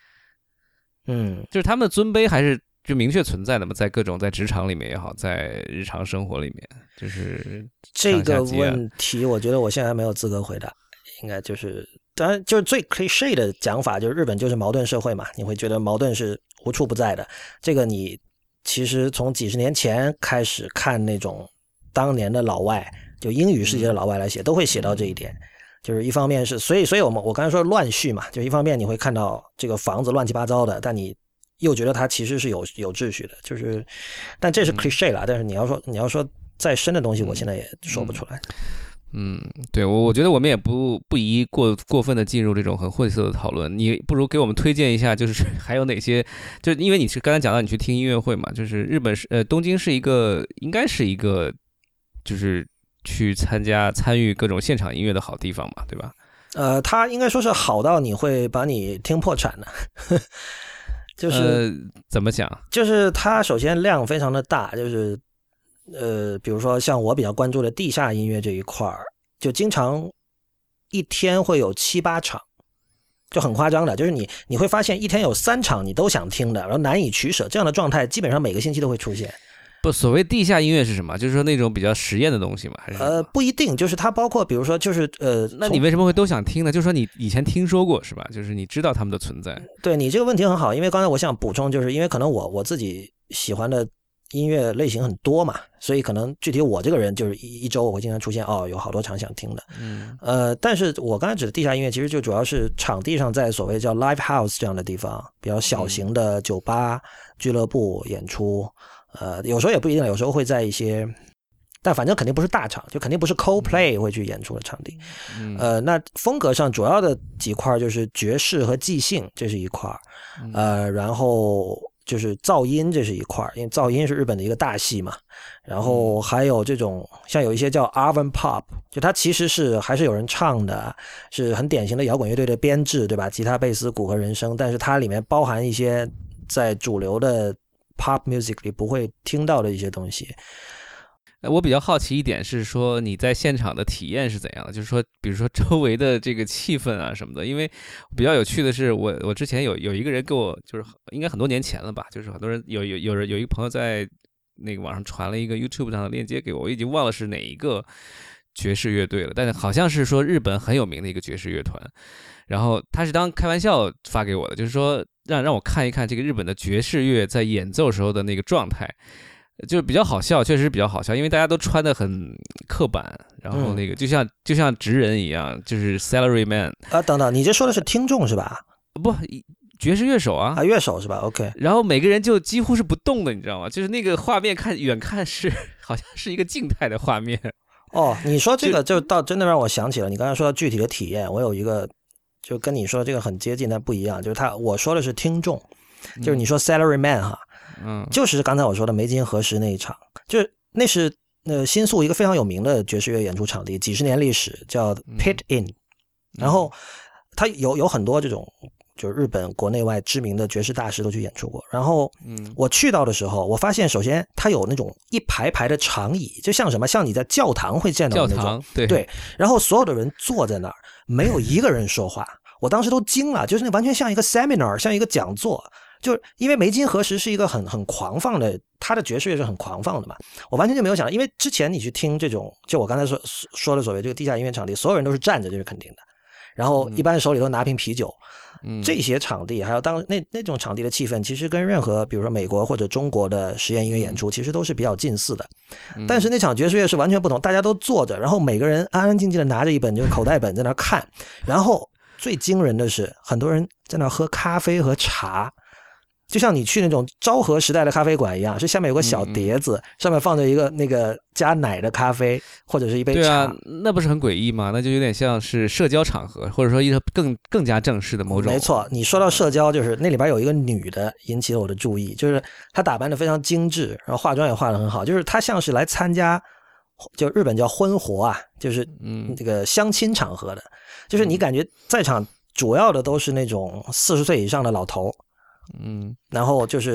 就是他们的尊卑还是就明确存在的嘛，在各种在职场里面也好，在日常生活里面，就是这个问题，我觉得我现在还没有资格回答。应该就是当然就是最 cliché 的讲法，就是日本就是矛盾社会嘛，你会觉得矛盾是无处不在的。这个你其实从几十年前开始看那种当年的老外，就英语世界的老外来写，都会写到这一点。就是一方面是所以我刚才说乱序嘛，就一方面你会看到这个房子乱七八糟的，但你又觉得它其实是有秩序的，就是但这是 cliché 啦，但是你要说再深的东西，我现在也说不出来。 对，我觉得我们也不宜过分的进入这种很晦涩的讨论，你不如给我们推荐一下，就是还有哪些，就因为你是刚才讲到你去听音乐会嘛，就是日本东京是应该是一个就是去参与各种现场音乐的好地方嘛，对吧？ 它应该说是好到你会把你听破产的。就是怎么讲？ 就是它首先量非常的大，就是比如说像我比较关注的地下音乐这一块儿，就经常一天会有7、8场，就很夸张的，就是你会发现一天有3场你都想听的，然后难以取舍，这样的状态基本上每个星期都会出现。 不，所谓地下音乐是什么？就是说那种比较实验的东西吗？还是不一定，就是它包括比如说就是那你为什么会都想听呢？就是说你以前听说过是吧？就是你知道他们的存在。 对，你这个问题很好，因为刚才我想补充，就是因为可能我自己喜欢的音乐类型很多嘛，所以可能具体我这个人就是一周我会经常出现有好多场想听的。但是我刚才指的地下音乐其实就主要是场地上在所谓叫 live house 这样的地方，比较小型的酒吧、俱乐部演出。有时候也不一定，有时候会在一些，但反正肯定不是大场，就肯定不是 Coldplay 会去演出的场地。那风格上主要的几块就是爵士和即兴，这是一块。然后就是噪音，这是一块，因为噪音是日本的一个大系嘛。然后还有这种像有一些叫 Avant Pop， 就它其实是还是有人唱的，是很典型的摇滚乐队的编制，对吧？吉他、贝斯、鼓和人声，但是它里面包含一些在主流的Pop Music 里不会听到的一些东西。 我比较好奇一点是说你在现场的体验是怎样的，就是说比如说周围的这个气氛啊什么的。因为比较有趣的是我之前有一个人给我，就是应该很多年前了吧，就是很多人有一个朋友在那个网上传了一个 YouTube 上的链接给我，我已经忘了是哪一个爵士乐队了，但是好像是说日本很有名的一个爵士乐团，然后他是当开玩笑发给我的，就是说让我看一看这个日本的爵士乐在演奏时候的那个状态，就比较好笑，确实比较好笑，因为大家都穿得很刻板，然后那个就像职人一样，就是 salary man 等等，你这说的是听众是吧？ 不，爵士乐手啊， 乐手是吧 ？OK。 然后每个人就几乎是不动的，你知道吗？就是那个画面远看是好像是一个静态的画面。 你说这个就倒真的让我想起了你刚才说到具体的体验，我有一个就跟你说这个很接近但不一样，就是我说的是听众，就是你说 salary man 哈，就是刚才我说的梅津和实那一场，就是那是新宿一个非常有名的爵士乐演出场地，几十年历史，叫 Pit Inn，然后它有很多这种就是日本国内外知名的爵士大师都去演出过。然后我去到的时候，我发现首先它有那种一排排的长椅，就像什么像你在教堂会见到的那种，对，然后所有的人坐在那儿，没有一个人说话，我当时都惊了，就是那完全像一个 seminar， 像一个讲座。就因为梅津和实是一个很狂放的，他的爵士乐是很狂放的嘛，我完全就没有想到，因为之前你去听这种，就我刚才说的所谓这个地下音乐场地，所有人都是站着，这是肯定的，然后一般手里都拿瓶啤酒。这些场地还有那种场地的气氛，其实跟任何比如说美国或者中国的实验音乐演出其实都是比较近似的。但是那场爵士乐是完全不同，大家都坐着，然后每个人安安静静的拿着一本就是口袋本在那看，然后最惊人的是很多人在那喝咖啡和茶，就像你去那种昭和时代的咖啡馆一样，是下面有个小碟子，上面放着一个那个加奶的咖啡或者是一杯茶。 对啊，那不是很诡异吗？那就有点像是社交场合，或者说一个更加正式的某种。 没错，你说到社交，就是那里边有一个女的引起了我的注意，就是她打扮得非常精致，然后化妆也化得很好，就是她像是来参加就日本叫婚活啊，就是这个相亲场合的，就是你感觉在场主要的都是那种40岁以上的老头。然后就是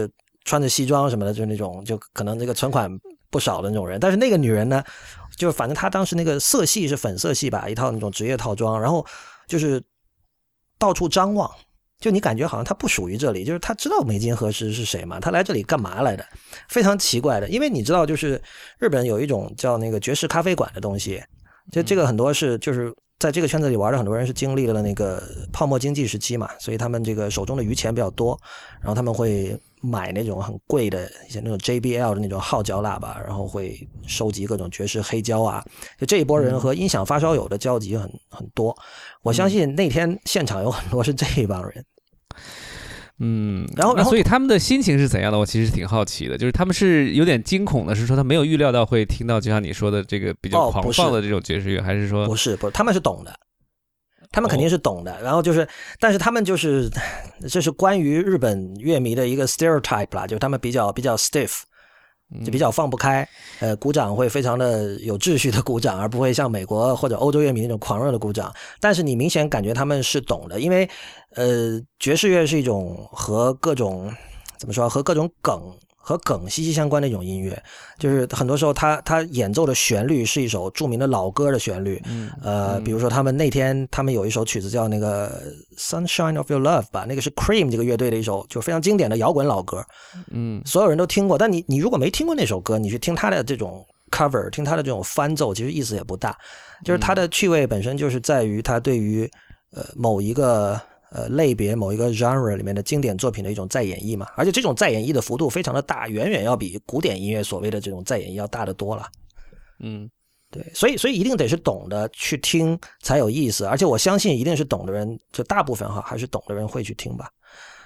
穿着西装什么的，就是那种就可能这个存款不少的那种人。但是那个女人呢，就反正她当时那个色系是粉色系吧，一套那种职业套装，然后就是到处张望，就你感觉好像她不属于这里，就是她知道梅津和实是谁嘛，她来这里干嘛来的，非常奇怪的。因为你知道，就是日本有一种叫那个爵士咖啡馆的东西，就这个很多是就是在这个圈子里玩的很多人是经历了那个泡沫经济时期嘛，所以他们这个手中的余钱比较多，然后他们会买那种很贵的一些那种 JBL 的那种号角喇叭，然后会收集各种爵士黑胶啊，就这一波人和音响发烧友的交集很多。我相信那天现场有很多是这一帮人。然后所以他们的心情是怎样的？我其实挺好奇的，就是他们是有点惊恐的，是说他没有预料到会听到就像你说的这个比较狂放的这种爵士乐，还是说不是，他们是懂的，他们肯定是懂的。然后就是，但是他们就是这是关于日本乐迷的一个 stereotype 啦，就是他们比较 stiff。就比较放不开，鼓掌会非常的有秩序的鼓掌，而不会像美国或者欧洲乐迷那种狂热的鼓掌。但是你明显感觉他们是懂的，因为爵士乐是一种和各种怎么说，和各种梗息息相关的一种音乐，就是很多时候他演奏的旋律是一首著名的老歌的旋律，比如说他们那天他们有一首曲子叫那个 Sunshine of Your Love 吧，那个是 Cream 这个乐队的一首就非常经典的摇滚老歌，所有人都听过，但你如果没听过那首歌，你去听他的这种 cover， 听他的这种翻奏，其实意思也不大，就是他的趣味本身就是在于他对于某一个类别某一个 genre 里面的经典作品的一种再演绎嘛，而且这种再演绎的幅度非常的大，远远要比古典音乐所谓的这种再演绎要大得多了。对，所以一定得是懂的去听才有意思，而且我相信一定是懂的人，就大部分还是懂的人会去听吧。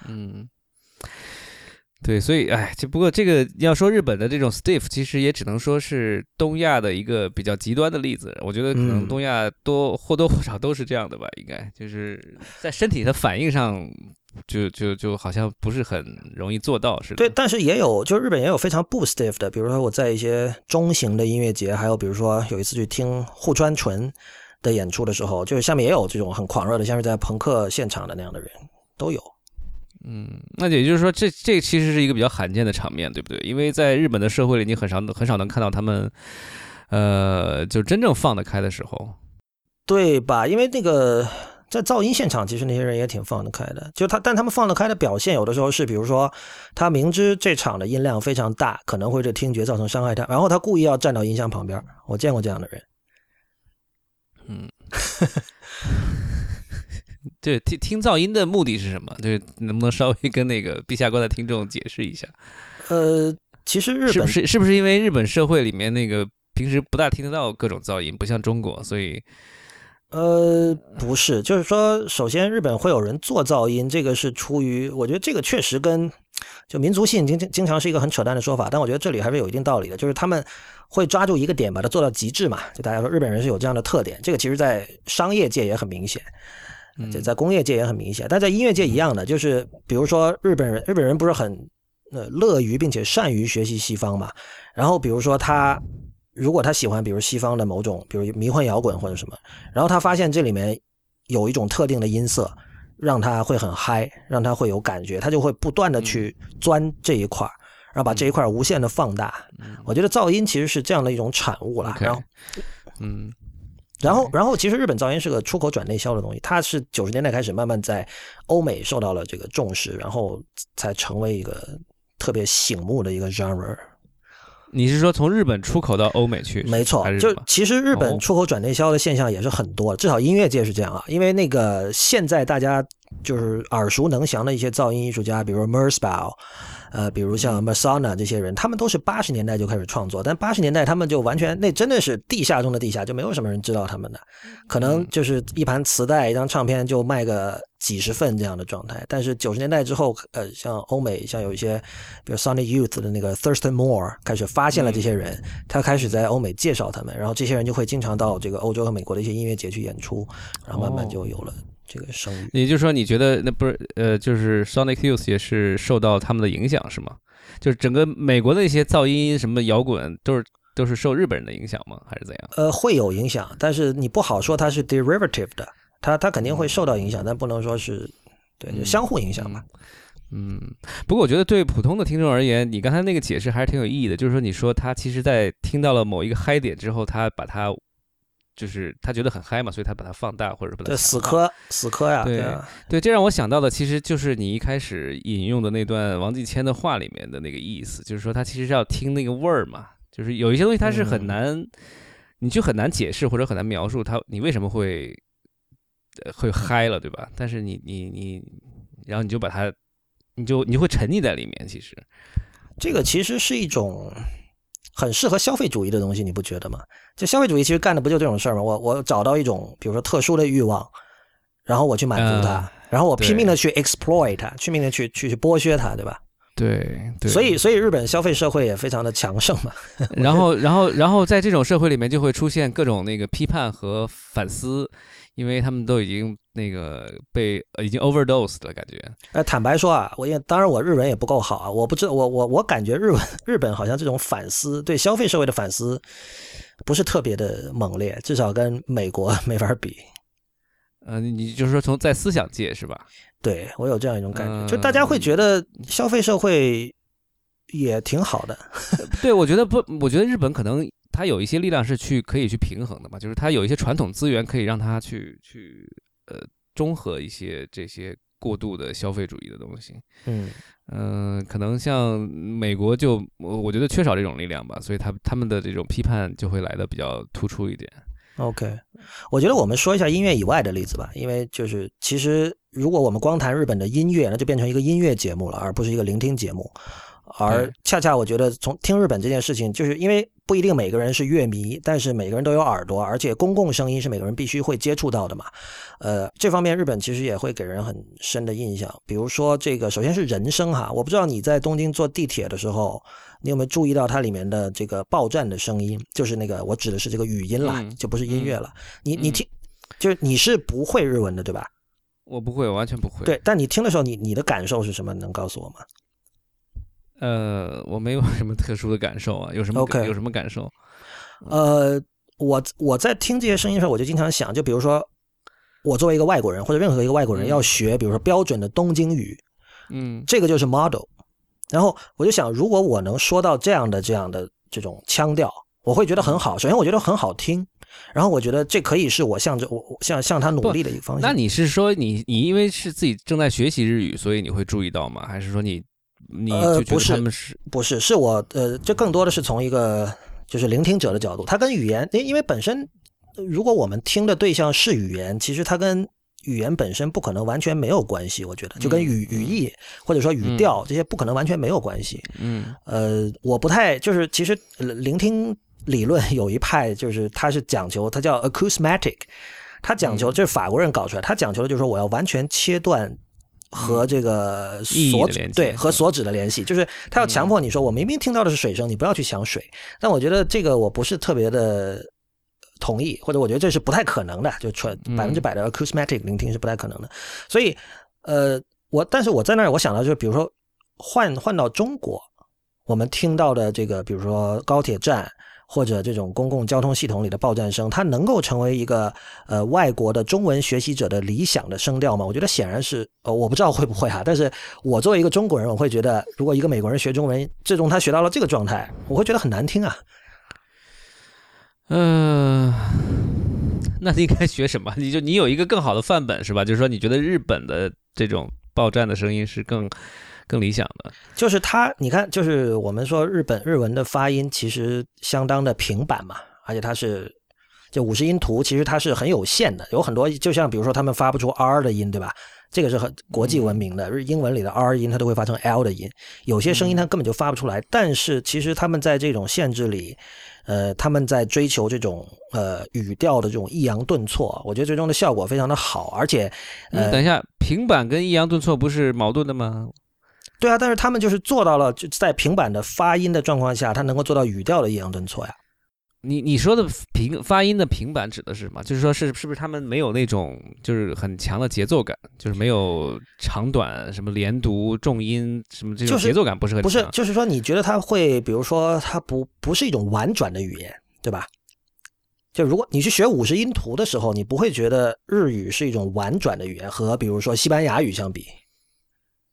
对，所以就不过这个要说日本的这种 stiff， 其实也只能说是东亚的一个比较极端的例子。我觉得可能东亚或多或少都是这样的吧，应该就是在身体的反应上就好像不是很容易做到似的。 对，但是也有，就日本也有非常不 stiff 的，比如说我在一些中型的音乐节，还有比如说有一次去听户川纯的演出的时候，就是下面也有这种很狂热的，像是在朋克现场的那样的人都有。 那也就是说这其实是一个比较罕见的场面，对不对？因为在日本的社会里，你很少能看到他们就真正放得开的时候， 对吧？因为那个在噪音现场，其实那些人也挺放得开的，但他们放得开的表现，有的时候是比如说他明知这场的音量非常大，可能会对听觉造成伤害他，然后他故意要站到音箱旁边，我见过这样的人。 对，听噪音的目的是什么？对，能不能稍微跟那个陛下观的听众解释一下？ 其实日本是不是因为日本社会里面那个平时不大听得到各种噪音，不像中国，所以不是，就是说，首先日本会有人做噪音，这个是出于，我觉得这个确实跟就民族性经常是一个很扯淡的说法，但我觉得这里还是有一定道理的，就是他们会抓住一个点把它做到极致嘛，就大家说日本人是有这样的特点，这个其实在商业界也很明显。在工业界也很明显，但在音乐界一样的，就是比如说日本人不是很乐于并且善于学习西方嘛，然后比如说如果他喜欢比如西方的某种比如迷幻摇滚或者什么，然后他发现这里面有一种特定的音色让他会很嗨，让他会有感觉，他就会不断的去钻这一块，然后把这一块无限的放大。我觉得噪音其实是这样的一种产物啦。然后其实日本噪音是个出口转内销的东西，它是90年代开始慢慢在欧美受到了这个重视，然后才成为一个特别醒目的一个 genre。 你是说从日本出口到欧美去？ 没错，就其实日本出口转内销的现象也是很多，至少音乐界是这样啊。因为那个现在大家就是耳熟能详的一些噪音艺术家，比如 Merzbow，比如像 Masona 这些人，他们都是80年代就开始创作，但80年代他们就完全那真的是地下中的地下，就没有什么人知道他们的，可能就是一盘磁带一张唱片就卖个几十份这样的状态。但是90年代之后，像欧美像有一些比如 Sonic Youth 的那个 Thurston Moore 开始发现了这些人，他开始在欧美介绍他们，然后这些人就会经常到这个欧洲和美国的一些音乐节去演出，然后慢慢就有了这个声誉。 也就是说你觉得那不是就是 Sonic Youth 也是受到他们的影响是吗？就是整个美国的一些噪音什么摇滚都是受日本人的影响吗？还是怎样？ 会有影响，但是你不好说它是 derivative 的，它肯定会受到影响，但不能说是对，就相互影响嘛。 不过我觉得对普通的听众而言，你刚才那个解释还是挺有意义的，就是说你说他其实在听到了某一个嗨点之后，他把它就是他觉得很嗨嘛，所以他把它放大或者把它死磕呀， 对，这让我想到的其实就是你一开始引用的那段王继谦的话里面的那个意思，就是说他其实是要听那个味儿嘛，就是有一些东西它是很难，你就很难解释或者很难描述你为什么会嗨了，对吧？但是然后你就把它。你会沉溺在里面，其实这个其实是一种很适合消费主义的东西，你不觉得吗？就消费主义其实干的不就这种事儿吗？我找到一种比如说特殊的欲望，然后我去满足它，然后我拼命的去 exploit 它，拼命的去剥削它，对吧？ 对， 所以日本消费社会也非常的强盛嘛。 然后在这种社会里面就会出现各种那个批判和反思。因为他们都已经那个已经 overdosed 的感觉。 坦白说啊，当然我日文也不够好啊，我不知道我感觉日本好像这种反思对消费社会的反思不是特别的猛烈，至少跟美国没法比。 你就是说在思想界是吧？ 对，我有这样一种感觉，就大家会觉得消费社会也挺好的。 对，我觉得日本可能。它有一些力量是可以去平衡的嘛，就是它有一些传统资源可以让它去中和一些这些过度的消费主义的东西。可能像美国我觉得缺少这种力量吧，所以他们的这种批判就会来的比较突出一点。 OK， 我觉得我们说一下音乐以外的例子吧，因为就是其实如果我们光谈日本的音乐，那就变成一个音乐节目了，而不是一个聆听节目。而恰恰我觉得从听日本这件事情，就是因为不一定每个人是乐迷，但是每个人都有耳朵，而且公共声音是每个人必须会接触到的嘛。这方面日本其实也会给人很深的印象。比如说这个，首先是人声哈，我不知道你在东京坐地铁的时候，你有没有注意到它里面的这个报站的声音，就是那个我指的是这个语音啦，就不是音乐了。你听，就是你是不会日文的对吧？ 我不会，我完全不会。 对，但你听的时候，你的感受是什么？能告诉我吗？ 我没有什么特殊的感受啊，有什么感受？ 我在听这些声音的时候，我就经常想，就比如说我作为一个外国人或者任何一个外国人要学，比如说标准的东京语，这个就是 model。然后我就想，如果我能说到这样的这种腔调，我会觉得很好。首先我觉得很好听，然后我觉得这可以是我向他努力的一个方向。 那你是说你因为是自己正在学习日语，所以你会注意到吗？还是说你就觉得他们不是我这更多的是从一个就是聆听者的角度，它跟语言，因为本身如果我们听的对象是语言，其实它跟语言本身不可能完全没有关系，我觉得就跟语义或者说语调这些不可能完全没有关系。我不太就是其实聆听理论有一派就是它是讲求，它叫 acousmatic， 它讲求这是法国人搞出来，它讲求的就是说我要完全切断和这个所指的联系，就是他要强迫你说，我明明听到的是水声，你不要去想水。但我觉得这个我不是特别的同意，或者我觉得这是不太可能的，就100%的 acousmatic 聆听是不太可能的。所以但是我在那儿我想到就是比如说换到中国，我们听到的这个比如说高铁站或者这种公共交通系统里的报站声，它能够成为一个外国的中文学习者的理想的声调吗？我觉得显然是我不知道会不会但是我作为一个中国人，我会觉得如果一个美国人学中文，最终他学到了这个状态，我会觉得很难听啊。 那你应该学什么？你有一个更好的范本是吧？就是说你觉得日本的这种报站的声音是更理想的， 就是你看，就是我们说日文的发音其实相当的平板嘛，而且它是就50音图，其实它是很有限的，有很多就像比如说他们发不出 R 的音，对吧？这个是很国际闻名的，英文里的 R 音它都会发成 L 的音，有些声音它根本就发不出来。但是其实他们在这种限制里，他们在追求这种语调的这种抑扬顿挫，我觉得最终的效果非常的好，而且等一下，平板跟抑扬顿挫不是矛盾的吗？ 对啊，但是他们就是做到了，就在平板的发音的状况下，他能够做到语调的抑扬顿挫呀。 你说的发音的平板指的是什么？就是说是不是他们没有那种就是很强的节奏感，就是没有长短什么连读重音什么这种节奏感不是很强？ 不是，就是说你觉得它会，比如说它不是一种婉转的语言，对吧？就如果你去学50音图的时候，你不会觉得日语是一种婉转的语言，和比如说西班牙语相比。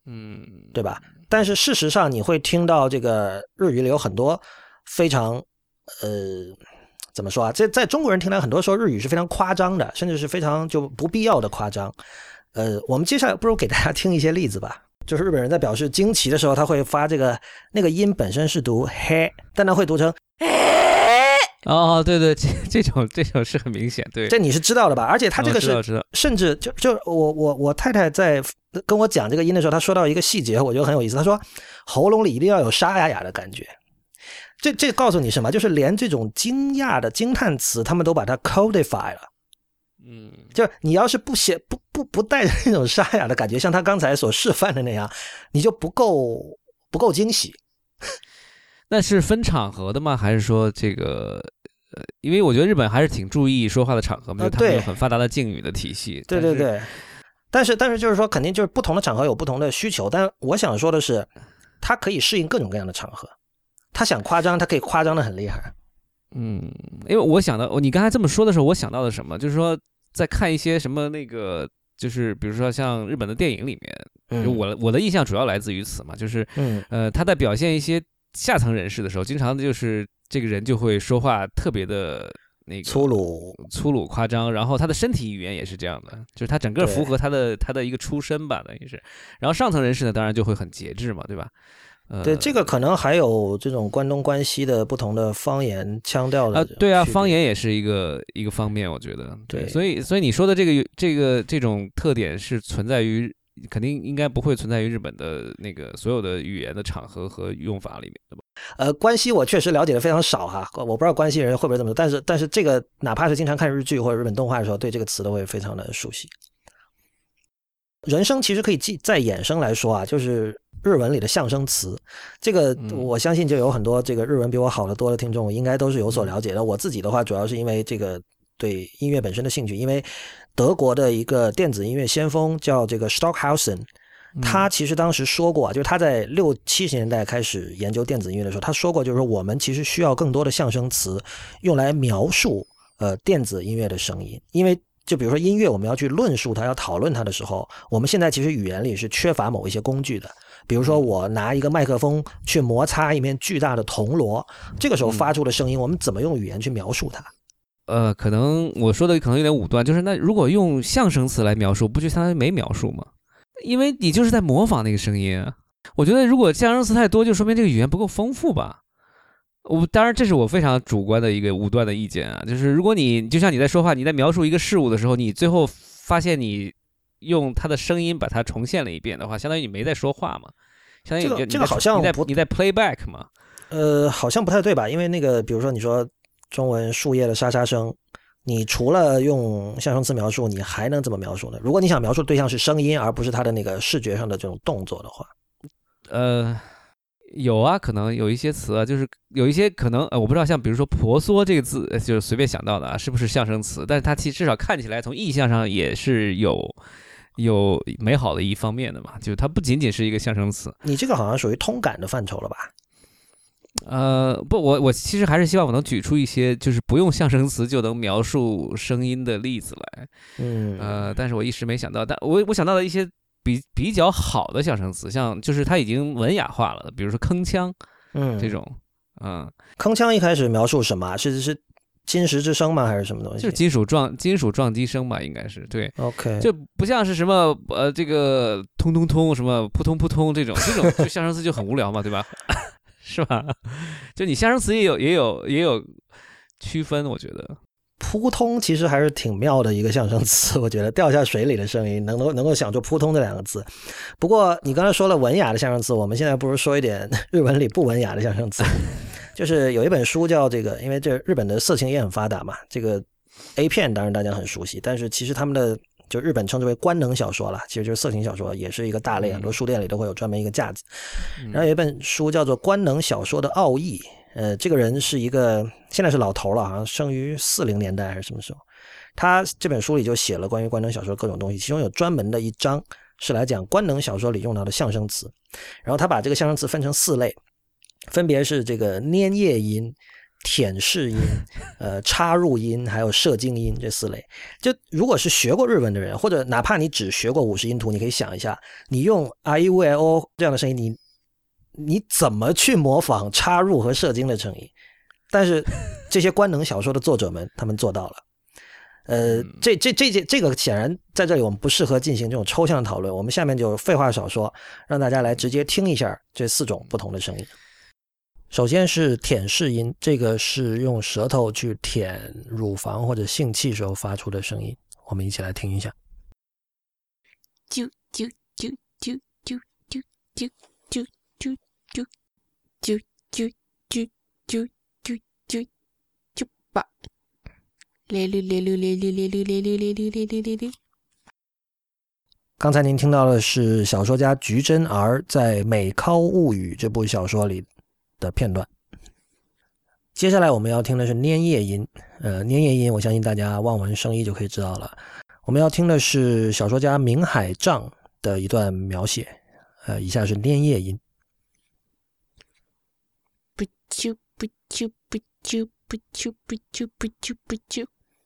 对吧？但是事实上你会听到这个日语里有很多非常怎么说啊？这在中国人听来，很多时候日语是非常夸张的，甚至是非常就不必要的夸张。我们接下来不如给大家听一些例子吧。就是日本人在表示惊奇的时候，他会发那个音本身是读嘿，但他会读成哦，对对，这种是很明显，对， 这你是知道的吧？而且他这个是， 知道甚至就我太太在跟我讲这个音的时候，她说到一个细节，我觉得很有意思。她说喉咙里一定要有沙哑哑的感觉。这告诉你什么？就是连这种惊讶的惊叹词，他们都把它 codify 了。就是你要是不带着那种沙哑的感觉，像他刚才所示范的那样，你就不够惊喜。 那是分场合的吗？还是说这个因为我觉得日本还是挺注意说话的场合嘛，他们有很发达的敬语的体系。 对对对。但是就是说，肯定就是不同的场合有不同的需求。但我想说的是，它可以适应各种各样的场合。他想夸张，他可以夸张的很厉害。 因为我想到你刚才这么说的时候，我想到的什么，就是说在看一些什么那个，就是比如说像日本的电影里面，就我的印象主要来自于此嘛，就是他在表现一些下层人士的时候，经常就是这个人就会说话特别的那个粗鲁夸张，然后他的身体语言也是这样的，就是他整个符合他的一个出身吧，等于是。然后上层人士呢，当然就会很节制嘛，对吧？ 对，这个可能还有这种关东关西的不同的方言腔调的对啊，方言也是一个方面，我觉得。对，所以你说的这种特点是存在于，肯定应该不会存在于日本的那个所有的语言的场合和用法里面，对吧？ 关西我确实了解的非常少哈，我不知道关西人会不会这么说，但是这个哪怕是经常看日剧或者日本动画的时候，对这个词都会非常的熟悉。人声其实可以再衍生来说啊，就是日文里的象声词，这个我相信就有很多这个日文比我好得多的听众应该都是有所了解的。我自己的话主要是因为这个对音乐本身的兴趣，因为德国的一个电子音乐先锋叫这个 Stockhausen， 他其实当时说过，就是他在60、70年代开始研究电子音乐的时候，他说过，就是说我们其实需要更多的象声词用来描述电子音乐的声音，因为就比如说音乐我们要去论述它要讨论它的时候，我们现在其实语言里是缺乏某一些工具的，比如说我拿一个麦克风去摩擦一面巨大的铜锣，这个时候发出的声音我们怎么用语言去描述它？ 可能我说的可能有点武断，就是那如果用象声词来描述，不就相当于没描述吗？因为你就是在模仿那个声音啊。我觉得如果象声词太多，就说明这个语言不够丰富吧。当然这是我非常主观的一个武断的意见啊，就是如果你就像你在说话，你在描述一个事物的时候，你最后发现你用它的声音把它重现了一遍的话，相当于你没在说话嘛，相当于这个好像你在 playback 嘛。 好像不太对吧？因为那个比如说你说中文树叶的沙沙声，你除了用象声词描述，你还能怎么描述呢？如果你想描述对象是声音而不是它的那个视觉上的这种动作的话， 有啊，可能有一些词啊，就是有一些可能我不知道，像比如说婆娑这个字，就是随便想到的啊，是不是象声词？但是它至少看起来从意象上也是有美好的一方面的嘛，就它不仅仅是一个象声词。 你这个好像属于通感的范畴了吧？ 不，我其实还是希望我能举出一些就是不用象声词就能描述声音的例子来。但是我一时没想到，但我想到了一些比较好的象声词，像就是它已经文雅化了，比如说铿锵，这种， 铿锵一开始描述什么？是金石之声吗？还是什么东西？ 就是金属撞击声吧，应该是对。 OK， 就不像是什么这个通通通什么扑通扑通这种就象声词就很无聊嘛，对吧？是吧？就你象声词也有区分，我觉得。 扑通其实还是挺妙的一个象声词，我觉得掉下水里的声音能够想出扑通这两个字。不过你刚才说了文雅的象声词，我们现在不如说一点日文里不文雅的象声词。就是有一本书叫这个，因为这日本的色情也很发达嘛，这个 A 片当然大家很熟悉，但是其实他们的就日本称之为官能小说了，其实就是色情小说，也是一个大类，很多书店里都会有专门一个架子。然后有一本书叫做《官能小说的奥义》，这个人是一个现在是老头了，好像生于40年代还是什么时候。他这本书里就写了关于官能小说各种东西，其中有专门的一章是来讲官能小说里用到的象声词。然后他把这个象声词分成4类，分别是这个粘液音、 舔式音、插入音，还有射精音这4类。就如果是学过日文的人，或者哪怕你只学过50音图，你可以想一下，你用 a i u e o 这样的声音，你怎么去模仿插入和射精的声音？但是这些官能小说的作者们，他们做到了。这个显然在这里我们不适合进行这种抽象的讨论，我们下面就废话少说，让大家来直接听一下这4种不同的声音。首先是舔式音，这个是用舌头去舔乳房或者性器时候发出的声音，我们一起来听一下。 啾啾啾啾啾啾啾啾啾啾啾啾啾啾啾啾啾吧。 刚才您听到的是小说家菊真儿在《美尻物语》这部小说里的片段。接下来我们要听的是粘液音，粘液音我相信大家望文生义就可以知道了。我们要听的是小说家明海丈的一段描写，以下是粘液音。 不啾不啾不啾不啾不啾不啾不啾。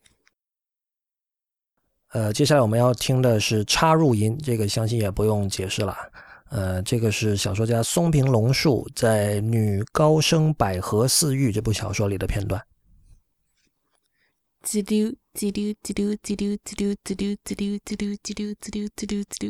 接下来我们要听的是插入音，这个相信也不用解释了。这个是小说家松平龙树在《女高生百合似玉》这部小说里的片段。 滋溜滋溜滋溜滋溜滋溜滋溜滋溜滋溜滋溜滋溜滋溜滋溜。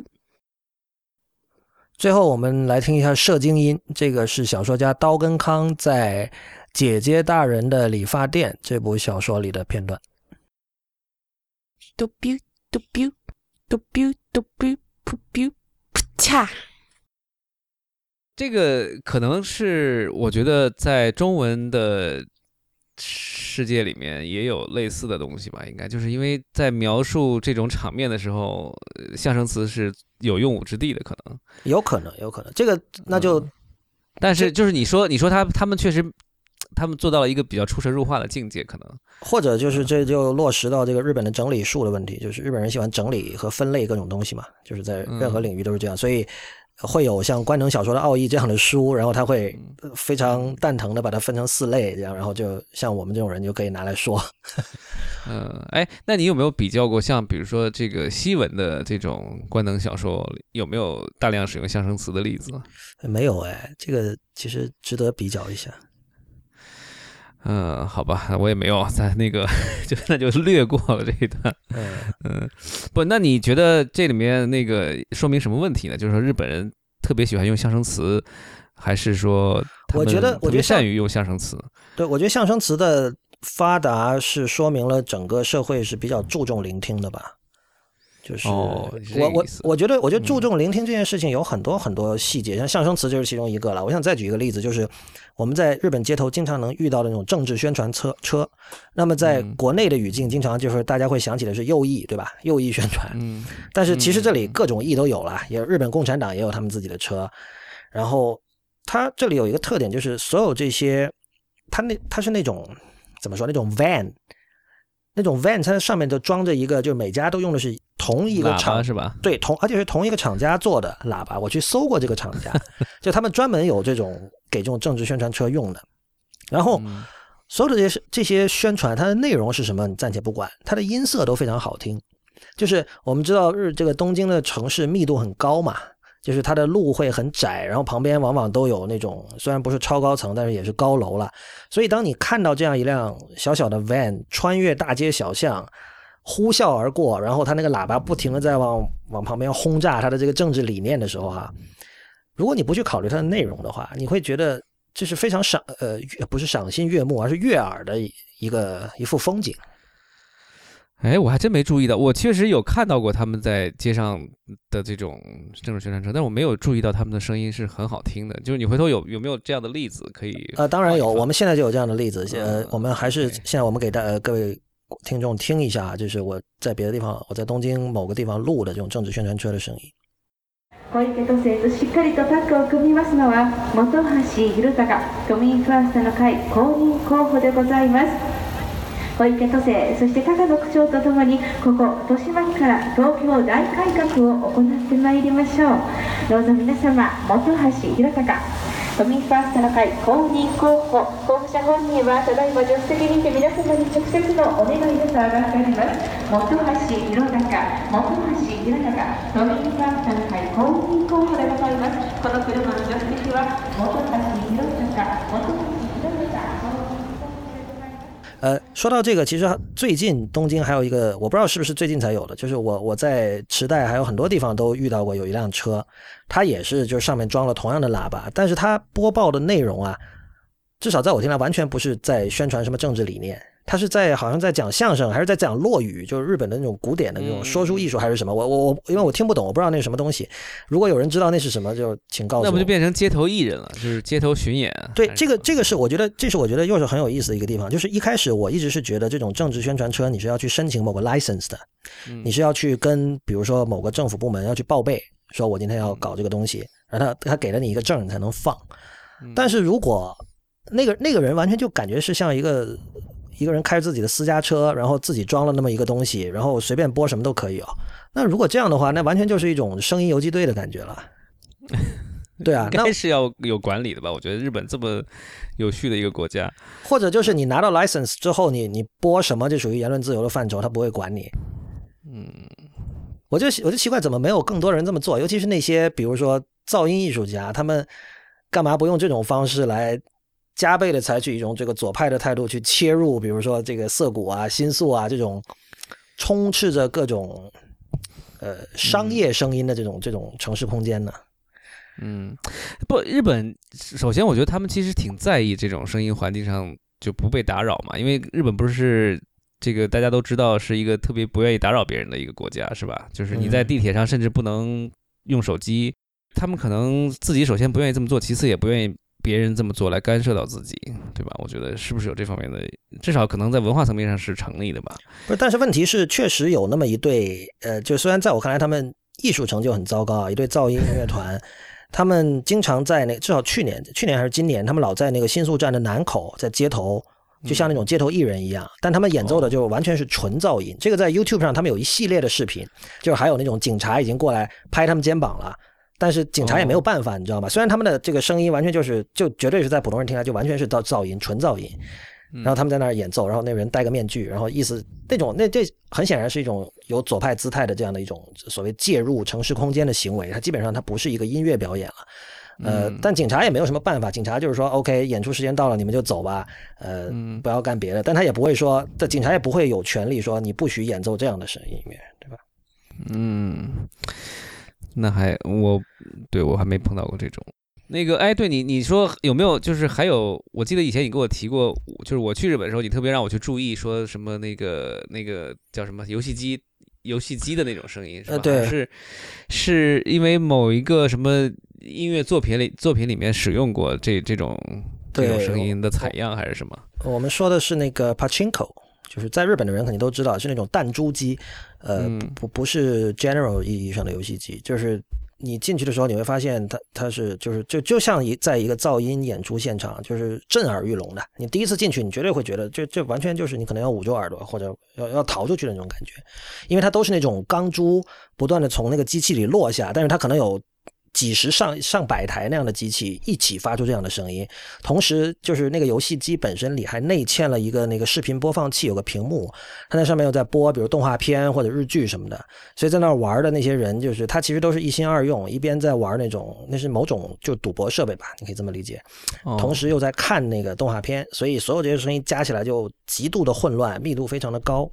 最后我们来听一下射精音，这个是小说家刀根康在《姐姐大人的理发店》这部小说里的片段。 嘟 biu 嘟 biu 嘟 biu 嘟 biu 噗 biu 噗嚓。 这个可能是我觉得在中文的世界里面也有类似的东西吧，应该就是因为在描述这种场面的时候，象声词是有用武之地的，可能有可能这个那就、 但是就是你说他们确实他们做到了一个比较出神入化的境界，可能或者就是这就落实到这个日本的整理术的问题，就是日本人喜欢整理和分类各种东西嘛，就是在任何领域都是这样，所以会有像官能小说的奥义这样的书，然后他会非常蛋疼的把它分成4类这样，然后就像我们这种人就可以拿来说。 那你有没有比较过像比如说这个西文的这种官能小说，有没有大量使用象声词的例子？ 没有这个其实值得比较一下。 好吧，我也没有在那个那就略过了这一段。不，那你觉得这里面那个说明什么问题呢？就是说日本人特别喜欢用象声词，还是说他们特别善于用象声词？ 对，我觉得象声词的发达是说明了整个社会是比较注重聆听的吧。就是我觉得注重聆听这件事情有很多很多细节，像象声词就是其中一个了。我想再举一个例子，就是我们在日本街头经常能遇到的那种政治宣传车，那么在国内的语境经常就是大家会想起的是右翼，对吧？右翼宣传。但是其实这里各种翼都有了，也日本共产党也有他们自己的车。然后它这里有一个特点，就是所有这些它是那种怎么说，那种 van， 它上面就装着一个，就是每家都用的是同一个厂是吧？ 对，而且是同一个厂家做的喇叭。我去搜过这个厂家，就他们专门有这种给这种政治宣传车用的。然后所有的这些宣传，它的内容是什么你暂且不管，它的音色都非常好听。就是我们知道这个东京的城市密度很高嘛，就是它的路会很窄，然后旁边往往都有那种虽然不是超高层，但是也是高楼了。所以当你看到这样一辆小小的 van 穿越大街小巷呼啸而过，然后它那个喇叭不停的在往旁边轰炸它的这个政治理念的时候如果你不去考虑它的内容的话，你会觉得这是非常不是赏心悦目，而是悦耳的一幅风景。 我还真没注意到，我确实有看到过他们在街上的这种政治宣传车，但我没有注意到他们的声音是很好听的。就是你回头有没有这样的例子可以？ 当然有，我们现在就有这样的例子。我们还是现在我们给各位听众听一下，就是我在别的地方，我在东京某个地方录的这种政治宣传车的声音。 小池都生としっかりとタッグを組みますのは本橋弘隆都民ファーストの会公認候補でございます。小池都生そして高野区長とともにここ豊島区から東京大改革を行ってまいりましょう。どうぞ皆様本橋弘隆都民ファーストの会公認候補候補者本人はただいま助手席にて皆様に直接のお願いが上がっております。本橋弘隆、本橋弘隆、都民ファーストの会公認候補でございます。この車の助手席は本橋弘隆、本橋弘隆。 说到这个，其实最近东京还有一个，我不知道是不是最近才有的，就是我在池袋还有很多地方都遇到过有一辆车，它也是就是上面装了同样的喇叭，但是它播报的内容啊，至少在我听来完全不是在宣传什么政治理念，它是好像在讲相声，还是在讲落语，就是日本的那种古典的那种说书艺术还是什么，我因为我听不懂，我不知道那是什么东西，如果有人知道那是什么就请告诉我。 那不就变成街头艺人了，就是街头巡演。 对，这个是我觉得又是很有意思的一个地方，就是一开始我一直是觉得这种政治宣传车你是要去申请某个 license 的，你是要去跟比如说某个政府部门要去报备，说我今天要搞这个东西，然后他给了你一个证你才能放。但是如果那个人完全就感觉是像一个人开自己的私家车，然后自己装了那么一个东西，然后随便播什么都可以哦。那如果这样的话，那完全就是一种声音游击队的感觉了。对啊， 应该是要有管理的吧？我觉得日本这么有序的一个国家， 或者就是你拿到 license 之后，你播什么就属于言论自由的范畴，他不会管你。我就奇怪怎么没有更多人这么做，尤其是那些比如说噪音艺术家，他们干嘛不用这种方式来加倍的采取一种这个左派的态度去切入，比如说这个涩谷啊、新宿啊这种充斥着各种商业声音的这种城市空间呢？ 不，日本首先我觉得他们其实挺在意这种声音环境上就不被打扰嘛，因为日本不是这个大家都知道是一个特别不愿意打扰别人的一个国家，是吧？就是你在地铁上甚至不能用手机，他们可能自己首先不愿意这么做，其次也不愿意别人这么做来干涉到自己，对吧？我觉得是不是有这方面的，至少可能在文化层面上是成立的吧。 不是，但是问题是确实有那么一对就虽然在我看来他们艺术成就很糟糕啊，一对噪音音乐团，他们经常在至少去年还是今年，他们老在那个新宿站的南口，在街头，就像那种街头艺人一样，但他们演奏的就完全是纯噪音。这个在 YouTube 上他们有一系列的视频，就是还有那种警察已经过来拍他们肩膀了，但是警察也没有办法，你知道吗？虽然他们的这个声音完全就绝对是在普通人听来就完全是噪音，纯噪音。然后他们在那儿演奏，然后那个人戴个面具，然后意思这很显然是一种有左派姿态的这样的一种所谓介入城市空间的行为，它基本上它不是一个音乐表演了。但警察也没有什么办法，警察就是说 OK 演出时间到了你们就走吧，不要干别的，但他也不会说，警察也不会有权利说你不许演奏这样的声音乐，对吧？ 那我还没碰到过这种。那个对你说有没有就是还有，我记得以前你跟我提过，就是我去日本的时候你特别让我去注意说什么那个叫什么游戏机的那种声音是吧？ 对， 是因为某一个什么音乐作品里面使用过这种声音的采样还是什么？ 我们说的是那个 Pachinko， 就是在日本的人肯定都知道是那种弹珠机，不是 general 意义上的游戏机，就是你进去的时候你会发现它是就像在一个噪音演出现场，就是震耳欲聋的。你第一次进去你绝对会觉得这完全就是你可能要捂住耳朵或者要逃出去的那种感觉，因为它都是那种钢珠不断的从那个机器里落下，但是它可能有几十上百台那样的机器一起发出这样的声音，同时就是那个游戏机本身里还内嵌了一个那个视频播放器，有个屏幕，它在上面又在播比如动画片或者日剧什么的，所以在那儿玩的那些人就是他其实都是一心二用，一边在玩那是某种就赌博设备吧，你可以这么理解，同时又在看那个动画片，所以所有这些声音加起来就极度的混乱，密度非常的高。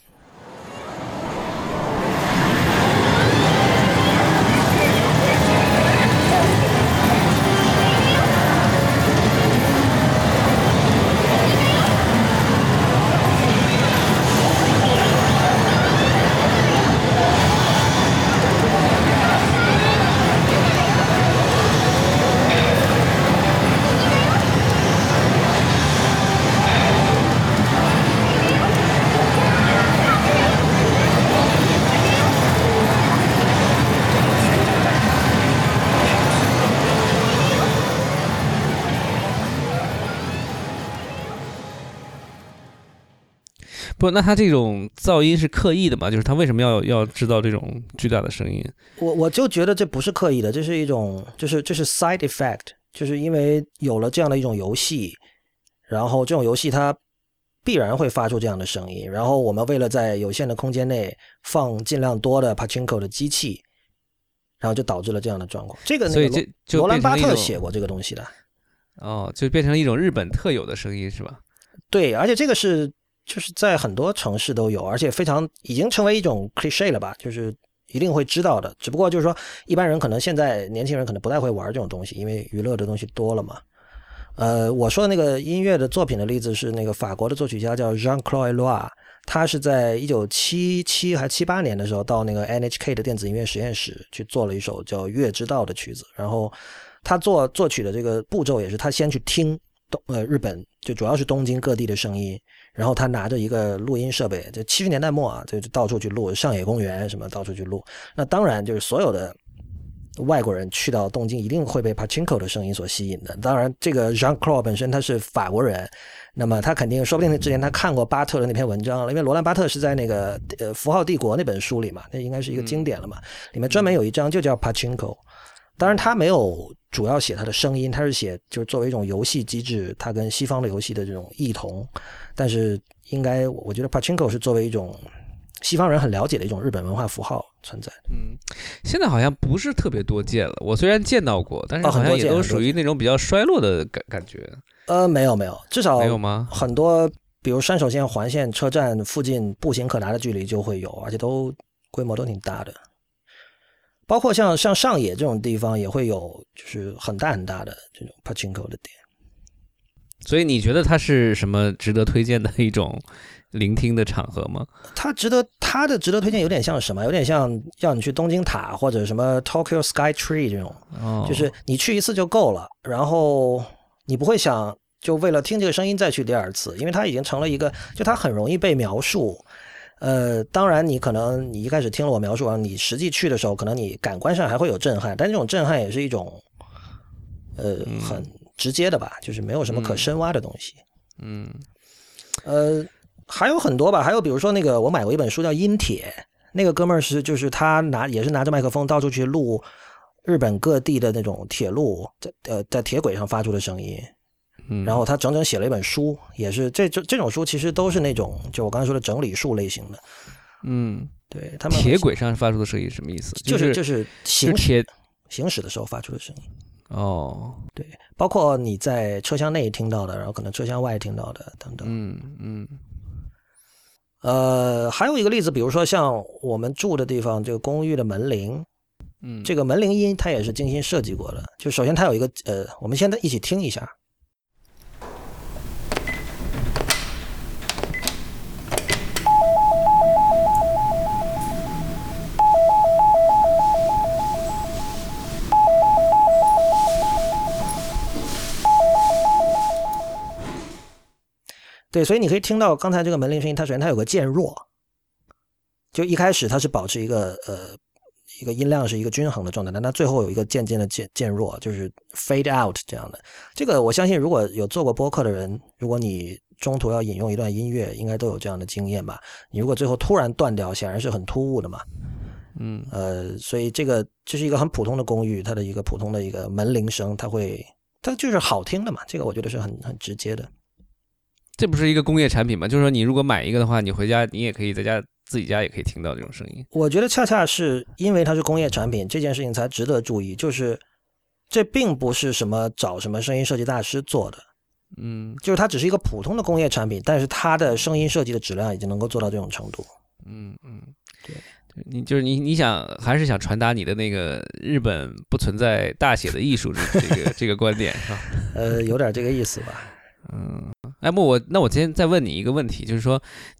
不， 那他这种噪音是刻意的吗？就是他为什么要制造这种巨大的声音？ 我就觉得这不是刻意的，这是一种这是 side effect， 就是因为有了这样的一种游戏，然后这种游戏它必然会发出这样的声音，然后我们为了在有限的空间内放尽量多的 Pachinko 的机器，然后就导致了这样的状况。这个所以就罗兰巴特变成一种写过这个东西的。 哦，就变成了一种日本特有的声音是吧？ 对，而且这个就是在很多城市都有，而且已经成为一种 cliché 了吧，就是一定会知道的。只不过就是说，一般人可能现在年轻人可能不太会玩这种东西，因为娱乐的东西多了嘛。我说的那个音乐的作品的例子是那个法国的作曲家叫 Jean-Claude Loire， 他是在1977还78年的时候到那个 NHK 的电子音乐实验室去做了一首叫《月之道》的曲子，然后他作曲的这个步骤也是他先去听日本就主要是东京各地的声音，然后他拿着一个录音设备，就70年代末啊，就到处去录，上野公园什么到处去录。那当然就是所有的外国人去到东京一定会被 Pachinko 的声音所吸引的。当然这个 Jean-Claude 本身他是法国人，那么他肯定说不定之前他看过巴特的那篇文章了，因为罗兰巴特是在那个符号帝国那本书里嘛，那应该是一个经典了嘛，里面专门有一章就叫 Pachinko。当然他没有主要写他的声音，他是写就是作为一种游戏机制，他跟西方的游戏的这种异同，但是应该我觉得 Pachinko 是作为一种西方人很了解的一种日本文化符号存在。 现在好像不是特别多见了，我虽然见到过，但是好像也都属于那种比较衰落的感觉。 没有，至少没有吗？ 很多比如山手线、环线车站附近步行可达的距离就会有，而且都规模都挺大的。包括像上野这种地方也会有，就是很大的这种 Pachinko 的店。 所以你觉得它是什么值得推荐的一种聆听的场合吗？ 它值得推荐有点像什么？有点像要你去东京塔或者什么 Tokyo Sky Tree 这种，就是你去一次就够了，然后你不会想就为了听这个声音再去第二次，因为它已经成了一个，就它很容易被描述。当然你可能你一开始听了我描述完，你实际去的时候可能你感官上还会有震撼，但这种震撼也是一种很直接的吧，就是没有什么可深挖的东西。还有很多吧，还有比如说那个我买过一本书叫音铁，那个哥们儿就是他也是拿着麦克风到处去录日本各地的那种铁路在铁轨上发出的声音。然后他整整写了一本书，也是这种书其实都是那种就我刚才说的整理术类型的。对，他们铁轨上发出的声音什么意思？ 就是行驶的时候发出的声音。对，包括你在车厢内听到的，然后可能车厢外听到的等等。还有一个例子，比如说像我们住的地方这个公寓的门铃，这个门铃音它也是精心设计过的。就首先它有一个我们现在一起听一下。对，所以你可以听到刚才这个门铃声音，它首先它有个渐弱，就一开始它是保持一个音量是一个均衡的状态，但它最后有一个渐渐的渐弱，就是 fade out 这样的。这个我相信如果有做过播客的人，如果你中途要引用一段音乐，应该都有这样的经验吧。你如果最后突然断掉，显然是很突兀的嘛。所以这是一个很普通的公寓，它的一个普通的一个门铃声，它就是好听的嘛。这个我觉得是很直接的。 这不是一个工业产品吗？就是说你如果买一个的话，你回家你也可以在家自己家也可以听到这种声音。 我觉得恰恰是因为它是工业产品，这件事情才值得注意，就是这并不是什么找什么声音设计大师做的。就是它只是一个普通的工业产品，但是它的声音设计的质量已经能够做到这种程度。 对，你想还是想传达你的那个日本不存在大写的艺术这个观点是吧？ 有点这个意思吧。 那我今天再问你一个问题，就是说，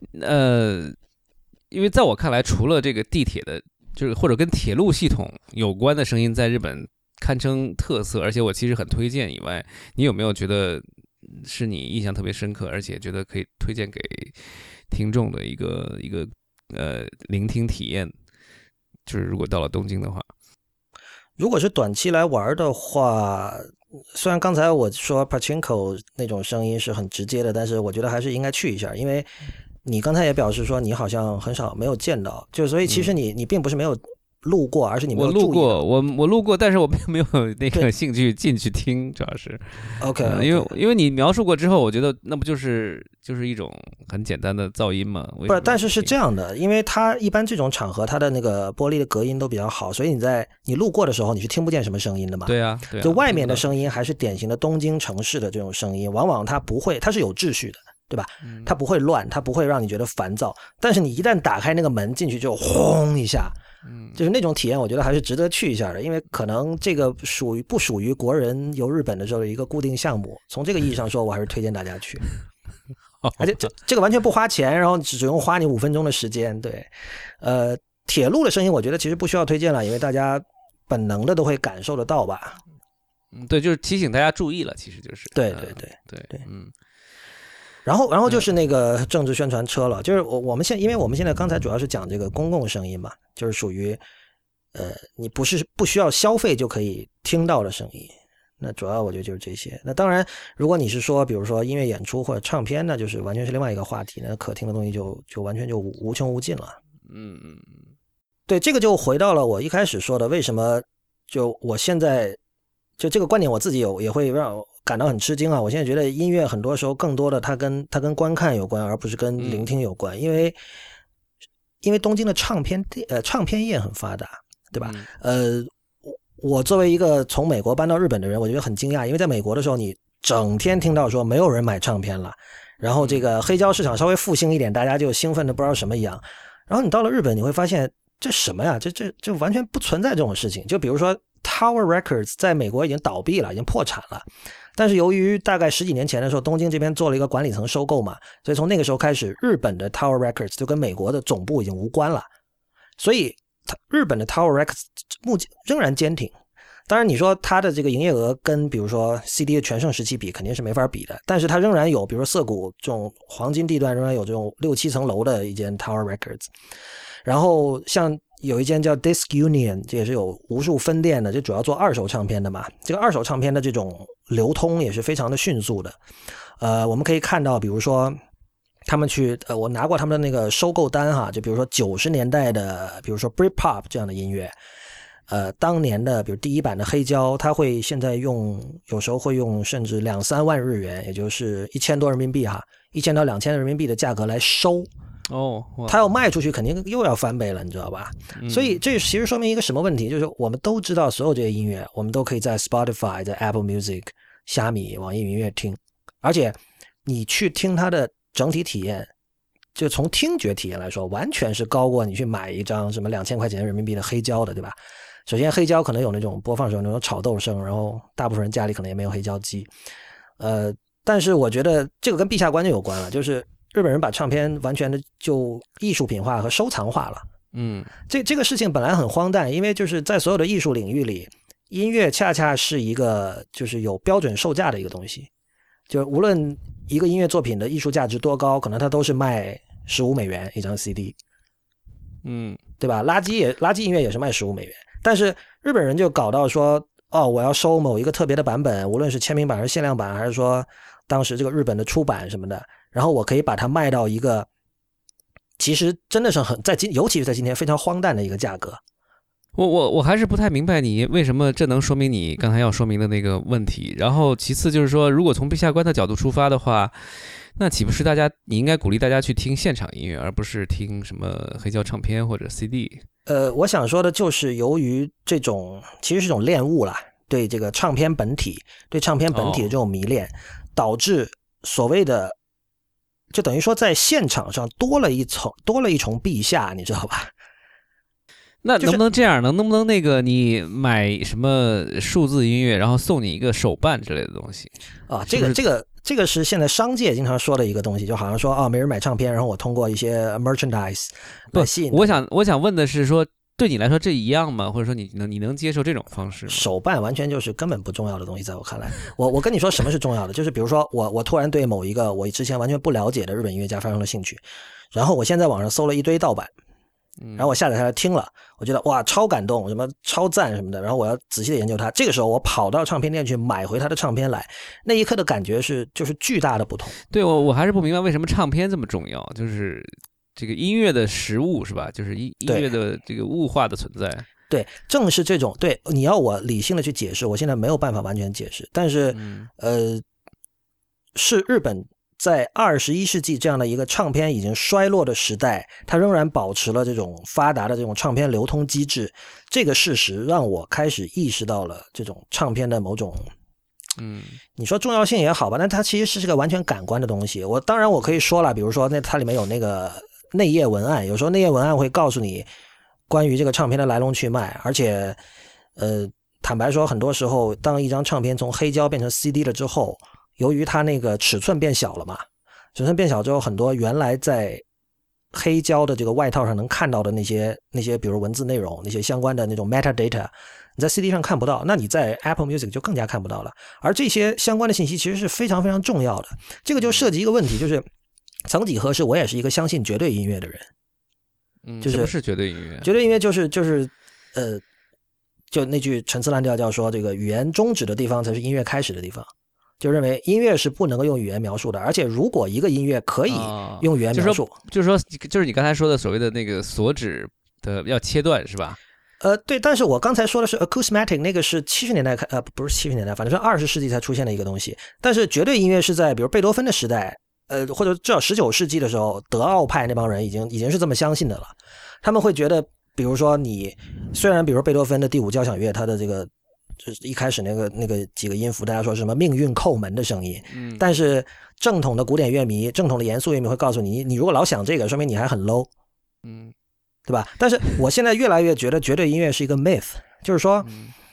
因为在我看来，除了这个地铁的，就是或者跟铁路系统有关的声音，在日本堪称特色，而且我其实很推荐以外，你有没有觉得是你印象特别深刻，而且觉得可以推荐给听众的一个聆听体验？就是如果到了东京的话， 如果是短期来玩的话。虽然刚才我说 Pachinko 那种声音是很直接的，但是我觉得还是应该去一下，因为你刚才也表示说你好像很少没有见到，就所以其实你并不是没有路过，而是你没有注意我路过，我路过，但是我并没有那个兴趣进去听，主要是 OK， 因为你描述过之后，我觉得那不就是一种很简单的噪音吗？ 不是，但是这样的，因为它一般这种场合，它的那个玻璃的隔音都比较好，所以你路过的时候，你是听不见什么声音的嘛。 对啊，对啊， 就外面的声音还是典型的东京城市的这种声音，往往它不会，它是有秩序的。对吧？它不会乱，它不会让你觉得烦躁。但是你一旦打开那个门进去，就轰一下，就是那种体验，我觉得还是值得去一下的。因为可能这个不属于国人游日本的时候的一个固定项目。从这个意义上说，我还是推荐大家去。而且这个完全不花钱，然后只用花你5分钟的时间。对，铁路的声音，我觉得其实不需要推荐了，因为大家本能的都会感受得到吧。 对，就是提醒大家注意了，其实就是。 对，然后就是那个政治宣传车了，就是因为我们现在刚才主要是讲这个公共声音嘛，就是属于你不需要消费就可以听到的声音，那主要我觉得就是这些。那当然，如果你是说比如说音乐演出或者唱片，那就是完全是另外一个话题，那可听的东西就完全就无穷无尽了。对，这个就回到了我一开始说的，为什么就我现在就这个观点我自己也会让我感到很吃惊啊！我现在觉得音乐很多时候更多的它跟观看有关，而不是跟聆听有关，因为东京的唱片业很发达，对吧？我作为一个从美国搬到日本的人，我觉得很惊讶，因为在美国的时候，你整天听到说没有人买唱片了，然后这个黑胶市场稍微复兴一点，大家就兴奋的不知道什么一样。然后你到了日本，你会发现这什么呀？这完全不存在这种事情。就比如说 Tower Records 在美国已经倒闭了，已经破产了。但是由于大概10几年前的时候，东京这边做了一个管理层收购嘛，所以从那个时候开始，日本的 Tower Records 就跟美国的总部已经无关了。所以日本的 Tower Records 目前仍然坚挺。当然你说它的这个营业额跟比如说 CD 的全盛时期比肯定是没法比的，但是它仍然有比如说涩谷这种黄金地段仍然有这种6、7层楼的一间 Tower Records。然后像有一间叫 Disc Union， 这也是有无数分店的，就主要做二手唱片的嘛。这个二手唱片的这种流通也是非常的迅速的。我们可以看到，比如说他们我拿过他们的那个收购单哈，就比如说90年代的，比如说 Britpop 这样的音乐，当年的比如第一版的黑胶，它会现在有时候会用甚至2、3万日元，也就是1000多人民币哈，1000到2000人民币的价格来收。他要卖出去肯定又要翻倍了，你知道吧？所以这其实说明一个什么问题，就是我们都知道所有这些音乐我们都可以在 Spotify 在 Apple Music 虾米网易云音乐听，而且你去听它的整体体验，就从听觉体验来说完全是高过你去买一张什么2000块钱人民币的黑胶的，对吧？首先黑胶可能有那种播放时候那种炒豆声，然后大部分人家里可能也没有黑胶机。但是我觉得这个跟陛下观念有关了，就是日本人把唱片完全的就艺术品化和收藏化了。这个事情本来很荒诞，因为就是在所有的艺术领域里，音乐恰恰是一个就是有标准售价的一个东西。就无论一个音乐作品的艺术价值多高，可能它都是卖$15一张 CD。对吧？垃圾音乐也是卖$15。但是日本人就搞到说，我要收某一个特别的版本，无论是签名版还是限量版，还是说当时这个日本的出版什么的，然后我可以把它卖到一个其实真的是尤其是在今天非常荒诞的一个价格。 我还是不太明白你为什么这能说明你刚才要说明的那个问题。然后其次就是说，如果从陛下观的角度出发的话，那岂不是你应该鼓励大家去听现场音乐，而不是听什么黑胶唱片或者 CD？ 我想说的就是由于这种其实是一种恋物啦，对这个唱片本体的这种迷恋，导致所谓的就等于说在现场上多了一重陛下，你知道吧？ 那能不能这样呢？能不能那个你买什么数字音乐，然后送你一个手办之类的东西啊？这个是现在商界经常说的一个东西，就好像说没人买唱片，然后我通过一些 merchandise 来吸引。 我想问的是说，对你来说这一样吗？或者说你能接受这种方式吗？ 手办完全就是根本不重要的东西，在我看来，我跟你说什么是重要的，就是比如说我突然对某一个我之前完全不了解的日本音乐家发生了兴趣，然后我现在网上搜了一堆盗版。然后我下载下来听了，我觉得哇超感动，什么超赞什么的，然后我要仔细的研究它。这个时候我跑到唱片店去买回他的唱片来，那一刻的感觉就是巨大的不同。 对，我还是不明白为什么唱片这么重要，就是这个音乐的实物是吧？就是音乐的这个物化的存在。 对，正是这种，对，你要我理性的去解释，我现在没有办法完全解释，但是是日本在21世纪这样的一个唱片已经衰落的时代，它仍然保持了这种发达的这种唱片流通机制，这个事实让我开始意识到了这种唱片的某种你说重要性也好吧，但它其实是个完全感官的东西。当然我可以说了，比如说它里面有那个内页文案，有时候内页文案会告诉你关于这个唱片的来龙去脉，而且坦白说很多时候当一张唱片从黑胶变成 CD 了之后，由于它那个尺寸变小了嘛，尺寸变小之后，很多原来在黑胶的这个外套上能看到的那些比如文字内容，那些相关的那种 metadata， 你在 CD 上看不到，那你在 Apple Music 就更加看不到了。而这些相关的信息其实是非常非常重要的。这个就涉及一个问题，就是曾几何时我也是一个相信绝对音乐的人。就是什么是绝对音乐？ 绝对音乐就是就那句陈词滥调叫说，这个语言终止的地方才是音乐开始的地方。就认为音乐是不能够用语言描述的，而且如果一个音乐可以用语言描述， 就是你刚才说的所谓的那个所指的要切断是吧？ 对，但是我刚才说的是 acousmatic， 那个是70年代不是70年代，反正是20世纪才出现的一个东西。但是绝对音乐是在比如贝多芬的时代，或者至少19世纪的时候，德奥派那帮人已经是这么相信的了。他们会觉得，比如说你虽然比如贝多芬的第5交响乐，它的这个就是一开始那个几个音符，大家说什么命运叩门的声音，但是正统的古典乐迷、正统的严肃乐迷会告诉你，你如果老想这个，说明你还很 low， 对吧？但是我现在越来越觉得绝对音乐是一个 myth， 就是说，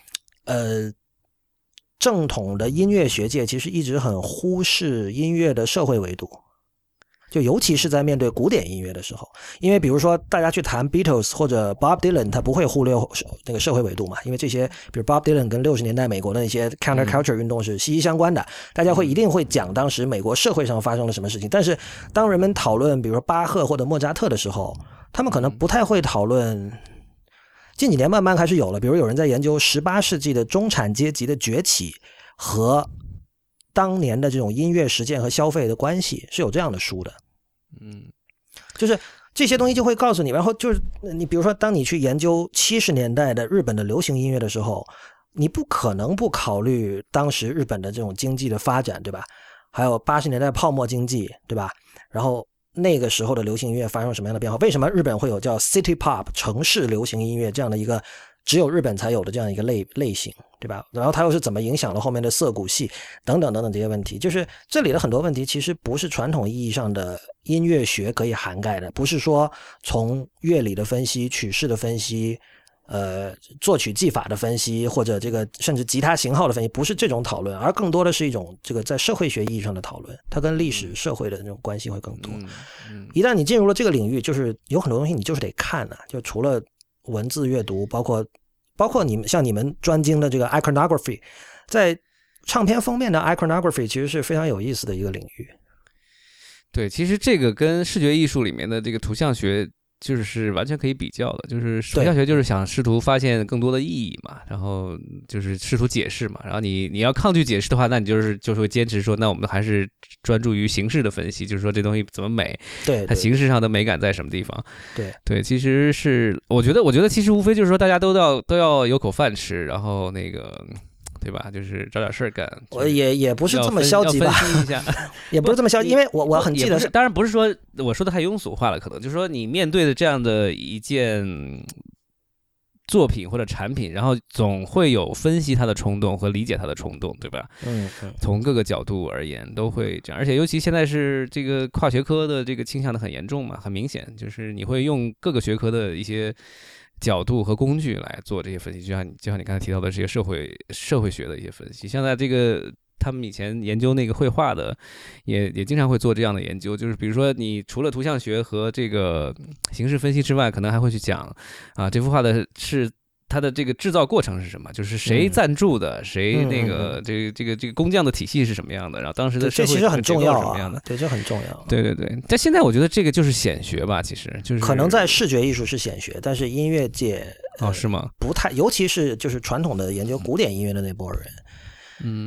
正统的音乐学界其实一直很忽视音乐的社会维度。就尤其是在面对古典音乐的时候，因为比如说大家去谈 Beatles 或者 Bob Dylan， 他不会忽略那个社会维度嘛，因为这些比如 Bob Dylan 跟60年代美国的那些 counterculture 运动是息息相关的，大家一定会讲当时美国社会上发生了什么事情。但是当人们讨论比如说巴赫或者莫扎特的时候，他们可能不太会讨论，近几年慢慢开始有了，比如有人在研究18世纪的中产阶级的崛起和当年的这种音乐实践和消费的关系，是有这样的书的。就是这些东西就会告诉你，然后就是你比如说当你去研究70年代的日本的流行音乐的时候，你不可能不考虑当时日本的这种经济的发展，对吧？还有80年代泡沫经济，对吧？然后那个时候的流行音乐发生什么样的变化？为什么日本会有叫 City Pop 城市流行音乐这样的一个只有日本才有的这样一个类型，对吧？然后它又是怎么影响了后面的涩谷系等等等等这些问题，就是这里的很多问题其实不是传统意义上的音乐学可以涵盖的，不是说从乐理的分析、曲式的分析、作曲技法的分析，或者这个甚至吉他型号的分析，不是这种讨论，而更多的是一种这个在社会学意义上的讨论，它跟历史社会的那种关系会更多。一旦你进入了这个领域，就是有很多东西你就是得看啊，就除了文字阅读，包括你们像你们专精的这个 iconography， 在唱片封面的 iconography 其实是非常有意思的一个领域。 对，其实这个跟视觉艺术里面的这个图像学就是完全可以比较的，就是图像学就是想试图发现更多的意义嘛，然后就是试图解释嘛，然后你要抗拒解释的话，那你就是会坚持说，那我们还是专注于形式的分析，就是说这东西怎么美， 对， 它形式上的美感在什么地方？ 对， 其实是我觉得其实无非就是说大家都要有口饭吃，然后那个。对吧？就是找点事儿干。 我也不是这么消极吧？ 要分析一下， 也不是这么消极，因为我很记得当然不是说我说的太庸俗化了，可能就是说你面对的这样的一件作品或者产品，然后总会有分析它的冲动和理解它的冲动，对吧？从各个角度而言都会这样，而且尤其现在是这个跨学科的这个倾向的很严重嘛，很明显，就是你会用各个学科的一些角度和工具来做这些分析，就像你刚才提到的这些社会学的一些分析，像在这个他们以前研究那个绘画的，也经常会做这样的研究，就是比如说你除了图像学和这个形式分析之外，可能还会去讲啊这幅画的是它的这个制造过程是什么，就是谁赞助的，谁那个这个工匠的体系是什么样的，然后当时的社会这其实很重要什么样的， 对，这很重要。 对，但现在我觉得这个就是显学吧，其实就是可能在视觉艺术是显学，但是音乐界是吗？ 不太，尤其是就是传统的研究古典音乐的那波人，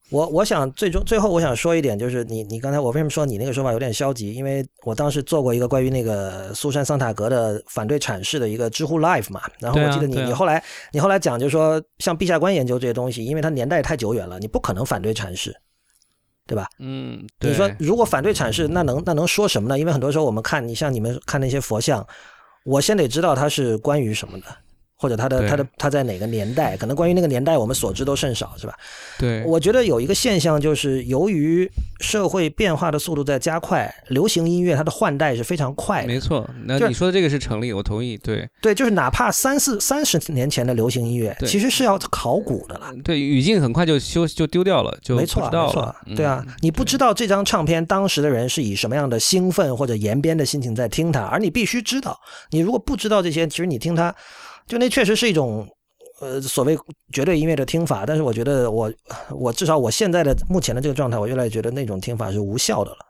我想最后我想说一点，就是你刚才我为什么说你那个说法有点消极？因为我当时做过一个关于那个苏珊桑塔格的反对阐释的一个知乎 Live 嘛，然后我记得你后来讲就是说，像陛下观研究这些东西，因为它年代太久远了，你不可能反对阐释，对吧？ 对。 你说如果反对阐释，那能说什么呢？因为很多时候我们看你像你们看那些佛像，我先得知道它是关于什么的。或者他在哪个年代，可能关于那个年代我们所知都甚少，是吧？ 对， 我觉得有一个现象就是，由于社会变化的速度在加快，流行音乐它的换代是非常快的。 没错，那你说的这个是成立，我同意。对， 就是哪怕30年前的流行音乐，其实是要考古的了。 对，语境很快就丢掉了，就没错，对啊，你不知道这张唱片当时的人是以什么样的兴奋或者延边的心情在听它，而你必须知道。你如果不知道这些，其实你听它。就那确实是一种所谓绝对音乐的听法，但是我觉得我至少我现在的目前的这个状态，我越来越觉得那种听法是无效的了。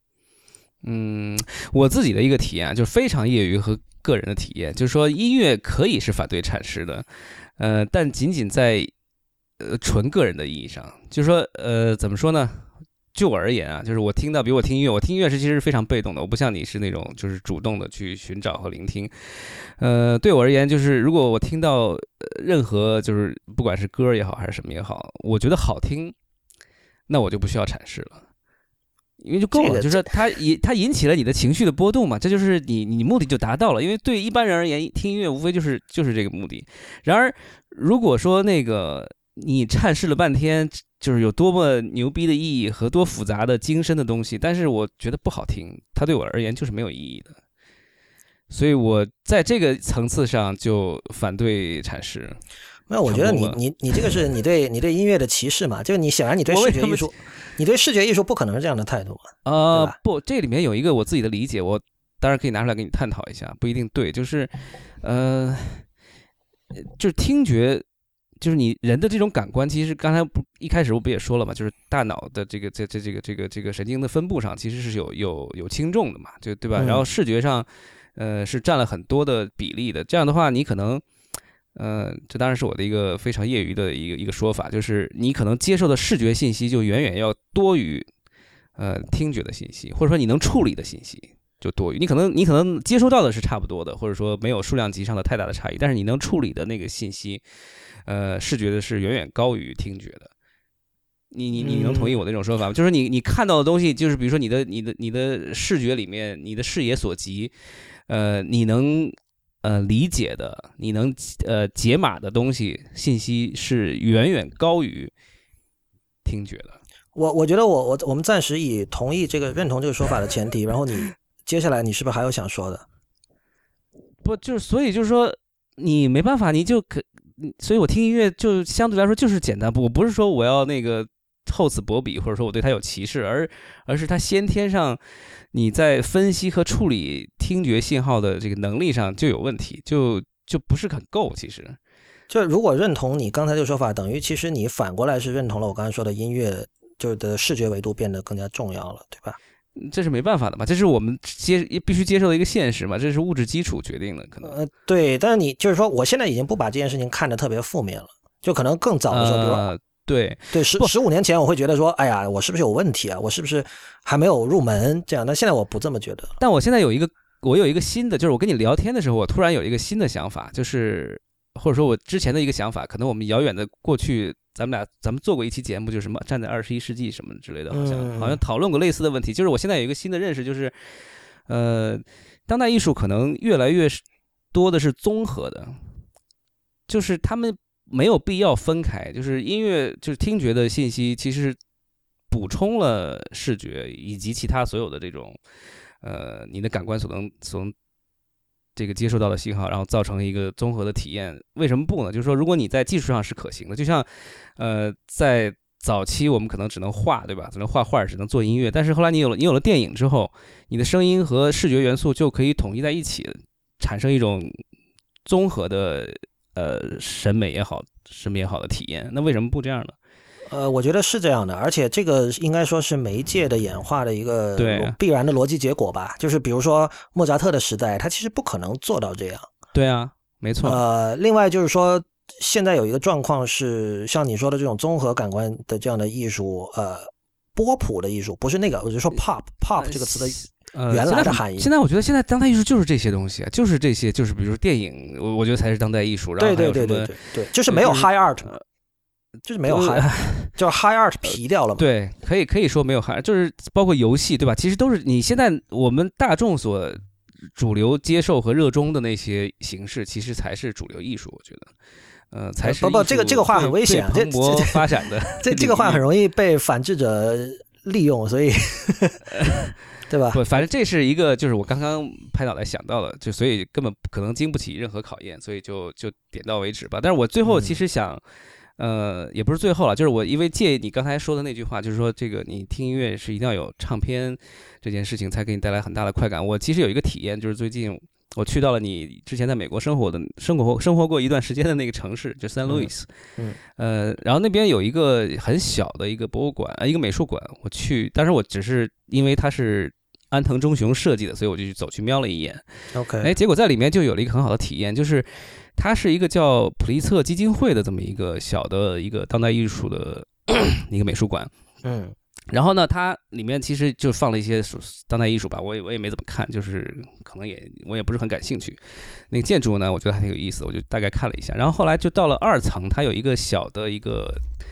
我自己的一个体验就是非常业余和个人的体验，就是说音乐可以是反对阐释的，但仅仅在纯个人的意义上，就是说怎么说呢？就我而言啊，就是比如我听音乐，其实是非常被动的，我不像你是那种就是主动的去寻找和聆听。对我而言，就是如果我听到任何就是不管是歌也好还是什么也好，我觉得好听，那我就不需要阐释了，因为就够了，就是它引起了你的情绪的波动嘛，这就是你目的就达到了。因为对一般人而言，听音乐无非就是这个目的。然而，如果说那个你阐释了半天，就是有多么牛逼的意义和多复杂的精深的东西，但是我觉得不好听，它对我而言就是没有意义的。所以我在这个层次上就反对阐释。 没有，我觉得你这个是你对音乐的歧视嘛？就是你显然你对视觉艺术，你对视觉艺术不可能是这样的态度嘛？ 不，这里面有一个我自己的理解，我当然可以拿出来跟你探讨一下，不一定对，就是就是听觉。就是你人的这种感官，其实刚才一开始我不也说了嘛，就是大脑的这个神经的分布上其实是有轻重的嘛，对吧？然后视觉上，是占了很多的比例的。这样的话，你可能，这当然是我的一个非常业余的一个说法，就是你可能接受的视觉信息就远远要多于听觉的信息，或者说你能处理的信息就多于你可能接收到的是差不多的，或者说没有数量级上的太大的差异，但是你能处理的那个信息。视觉的是远远高于听觉的，你能同意我的这种说法吗？就是你看到的东西，就是比如说你的视觉里面，你的视野所及，你能理解的，你能解码的东西信息是远远高于听觉的。 我觉得我们暂时以同意认同这个说法的前提，然后你接下来你是不是还有想说的？ 不，就是所以就是说你没办法，你就所以我听音乐就相对来说就是简单，我不是说我要那个厚此薄彼，或者说我对它有歧视，而是它先天上你在分析和处理听觉信号的这个能力上就有问题，就不是很够。其实就如果认同你刚才这个说法，等于其实你反过来是认同了我刚才说的音乐就是的视觉维度变得更加重要了，对吧？ 这是没办法的嘛，这是我们必须接受的一个现实嘛，这是物质基础决定的，可能。 对，但是你就是说，我现在已经不把这件事情看得特别负面了，就可能更早的时候，比如说， 对 ，15年前我会觉得说，哎呀，我是不是有问题啊？我是不是还没有入门？这样，但现在我不这么觉得。 但我现在有一个新的，就是我跟你聊天的时候，我突然有一个新的想法，就是或者说我之前的一个想法，可能我们遥远的过去。咱们做过一期节目，就是什么站在21世纪什么之类的，好像讨论过类似的问题。就是我现在有一个新的认识，就是当代艺术可能越来越多的是综合的，就是他们没有必要分开。就是音乐，就是听觉的信息，其实补充了视觉以及其他所有的这种你的感官所能这个接受到的信号，然后造成一个综合的体验。为什么不呢？就是说，如果你在技术上是可行的，就像在早期我们可能只能画，对吧？只能画画，只能做音乐。但是后来你有了电影之后，你的声音和视觉元素就可以统一在一起，产生一种综合的审美也好的体验。那为什么不这样呢？ 我觉得是这样的，而且这个应该说是媒介的演化的一个必然的逻辑结果吧。就是比如说莫扎特的时代，他其实不可能做到这样。 对啊，没错。 另外就是说， 现在有一个状况是，像你说的这种综合感官的这样的艺术，波普的艺术，不是那个，我就说 pop 这个词的原来的含义。 现在我觉得现在当代艺术就是这些东西，就是这些，就是比如说电影，我觉得才是当代艺术。然后还有什么对，就是没有 high art，就是没有 high，就是 high art 皮掉了嘛。 对，可以说没有 high， 就是包括游戏，对吧？其实都是你现在我们大众所主流接受和热衷的那些形式，其实才是主流艺术，我觉得。才是不，这个话很危险， 蓬勃发展的这个话很容易被反制者利用，所以对吧？ 不，反正这是一个，就是我刚刚拍脑袋想到的，就所以根本可能经不起任何考验，所以就点到为止吧。但是我最后其实想，也不是最后了，就是我因为借你刚才说的那句话，就是说这个你听音乐是一定要有唱片这件事情才给你带来很大的快感。我其实有一个体验，就是最近我去到了你之前在美国生活过一段时间的那个城市，就 San Luis， 然后那边有一个很小的一个博物馆，一个美术馆，我去，但是我只是因为它是安藤忠雄设计的，所以我就走去瞄了一眼。 OK， 结果在里面就有了一个很好的体验，就是它是一个叫普利策基金会的这么一个小的一个当代艺术的一个美术馆。然后呢，它里面其实就放了一些当代艺术吧，我也没怎么看，就是可能我也不是很感兴趣。那个建筑呢，我觉得还挺有意思，我就大概看了一下。然后后来就到了2层，它有一个小的一个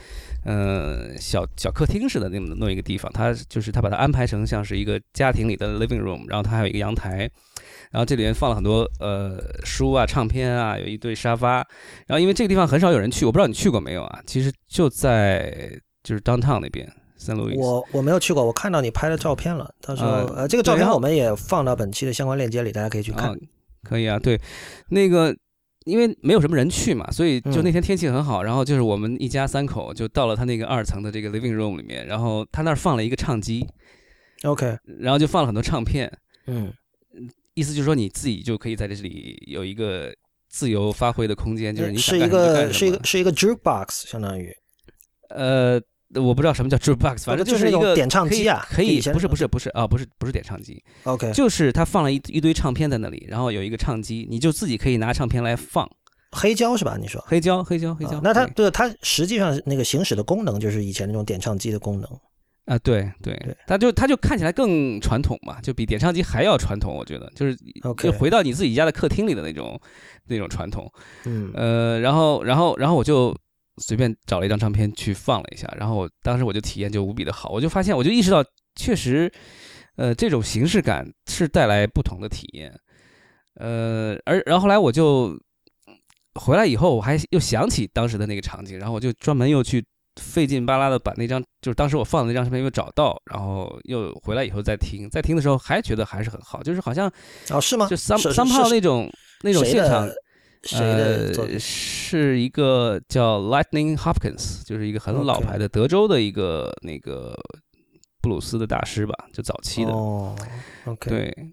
小客厅似的那么一个地方，它把它安排成像是一个家庭里的 living room， 然后它还有一个阳台，然后这里面放了很多书啊、唱片啊，有一堆沙发。然后因为这个地方很少有人去，我不知道你去过没有啊？其实就在就是 downtown 那边。 我没有去过，我看到你拍的照片了，到时候这个照片我们也放到本期的相关链接里，大家可以去看。 可以啊，对，那个因为没有什么人去嘛，所以就那天天气很好，然后就是我们一家3口就到了他那个2层的这个 living room 里面，然后他那儿放了一个唱机 ，OK， 然后就放了很多唱片，意思就是说你自己就可以在这里有一个自由发挥的空间，就是你想干什么就干什么。 是一个 jukebox， 相当于。 我不知道什么叫 jukebox， 反正就是一个点唱机啊， 可以不是啊，不是点唱机 ，OK， 就是他放了一堆唱片在那里，然后有一个唱机，你就自己可以拿唱片来放。 黑胶是吧？你说黑胶， 那它实际上那个行驶的功能就是以前那种点唱机的功能啊，对，它就看起来更传统嘛，就比点唱机还要传统，我觉得就是就回到你自己家的客厅里的那种传统。然后我就随便找了一张唱片去放了一下，然后当时我就体验就无比的好，我就意识到确实，这种形式感是带来不同的体验，然后后来我就回来以后，我还又想起当时的那个场景，然后我就专门又去费劲巴拉的把那张就是当时我放的那张唱片又找到，然后又回来以后再听的时候还觉得还是很好，就是好像是吗？ 就somehow那种现场。 谁的是一个叫 Lightning Hopkins， 就是一个很老牌的德州的一个那个布鲁斯的大师吧，就早期的。 OK， 对，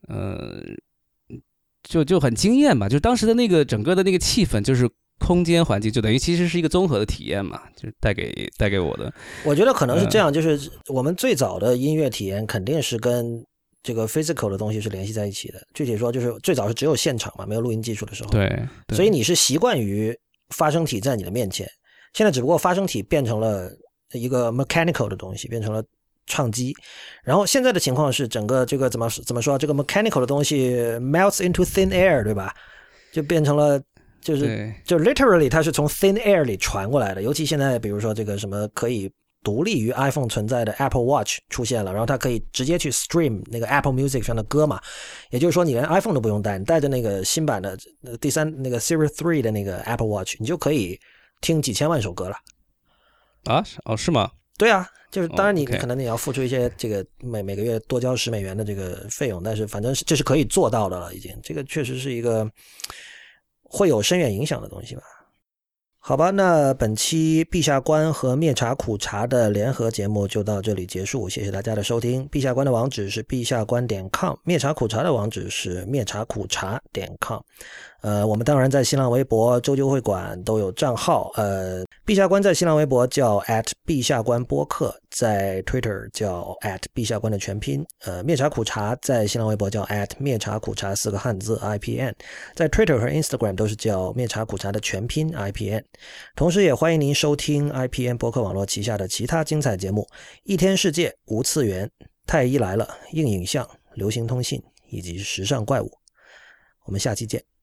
就很惊艳吧，就当时的那个整个的那个气氛，就是空间环境，就等于其实是一个综合的体验嘛，就是带给我的。 我觉得可能是这样，就是我们最早的音乐体验肯定是跟这个 physical 的东西是联系在一起的，具体说就是最早是只有现场嘛，没有录音技术的时候， 对， 所以你是习惯于发声体在你的面前，现在只不过发声体变成了一个 mechanical 的东西，变成了唱机，然后现在的情况是整个这个怎么说，这个 mechanical 的东西 melts into thin air， 对吧？就变成了就 literally 它是从 thin air 里传过来的，尤其现在比如说这个什么可以独立于 iPhone 存在的 Apple Watch 出现了，然后它可以直接去 stream 那个 Apple Music 上的歌嘛，也就是说你连 iPhone 都不用带，你带着那个新版的第3那个 Series 3的那个 Apple Watch， 你就可以听几千万首歌了。 是吗？ 对啊，就是当然你可能你要付出一些这个每个月多交$10的这个费用，但是反正这是可以做到的了，已经这个确实是一个会有深远影响的东西吧。好吧，那本期陛下观和灭茶苦茶的联合节目就到这里结束，谢谢大家的收听。陛下观的网址是陛下观.com，灭茶苦茶的网址是灭茶苦茶.com。 我们当然在新浪微博、周究会馆都有账号。陛下观在新浪微博叫陛下观播客，在 Twitter 叫陛下观的全拼。灭茶苦茶在新浪微博叫灭茶苦茶4个汉字 IPN， 在 Twitter 和 Instagram 都是叫灭茶苦茶的全拼 IPN。同时也欢迎您收听 IPN 播客网络旗下的其他精彩节目：一天世界、无次元、太医来了、硬影像、流行通信以及时尚怪物。我们下期见。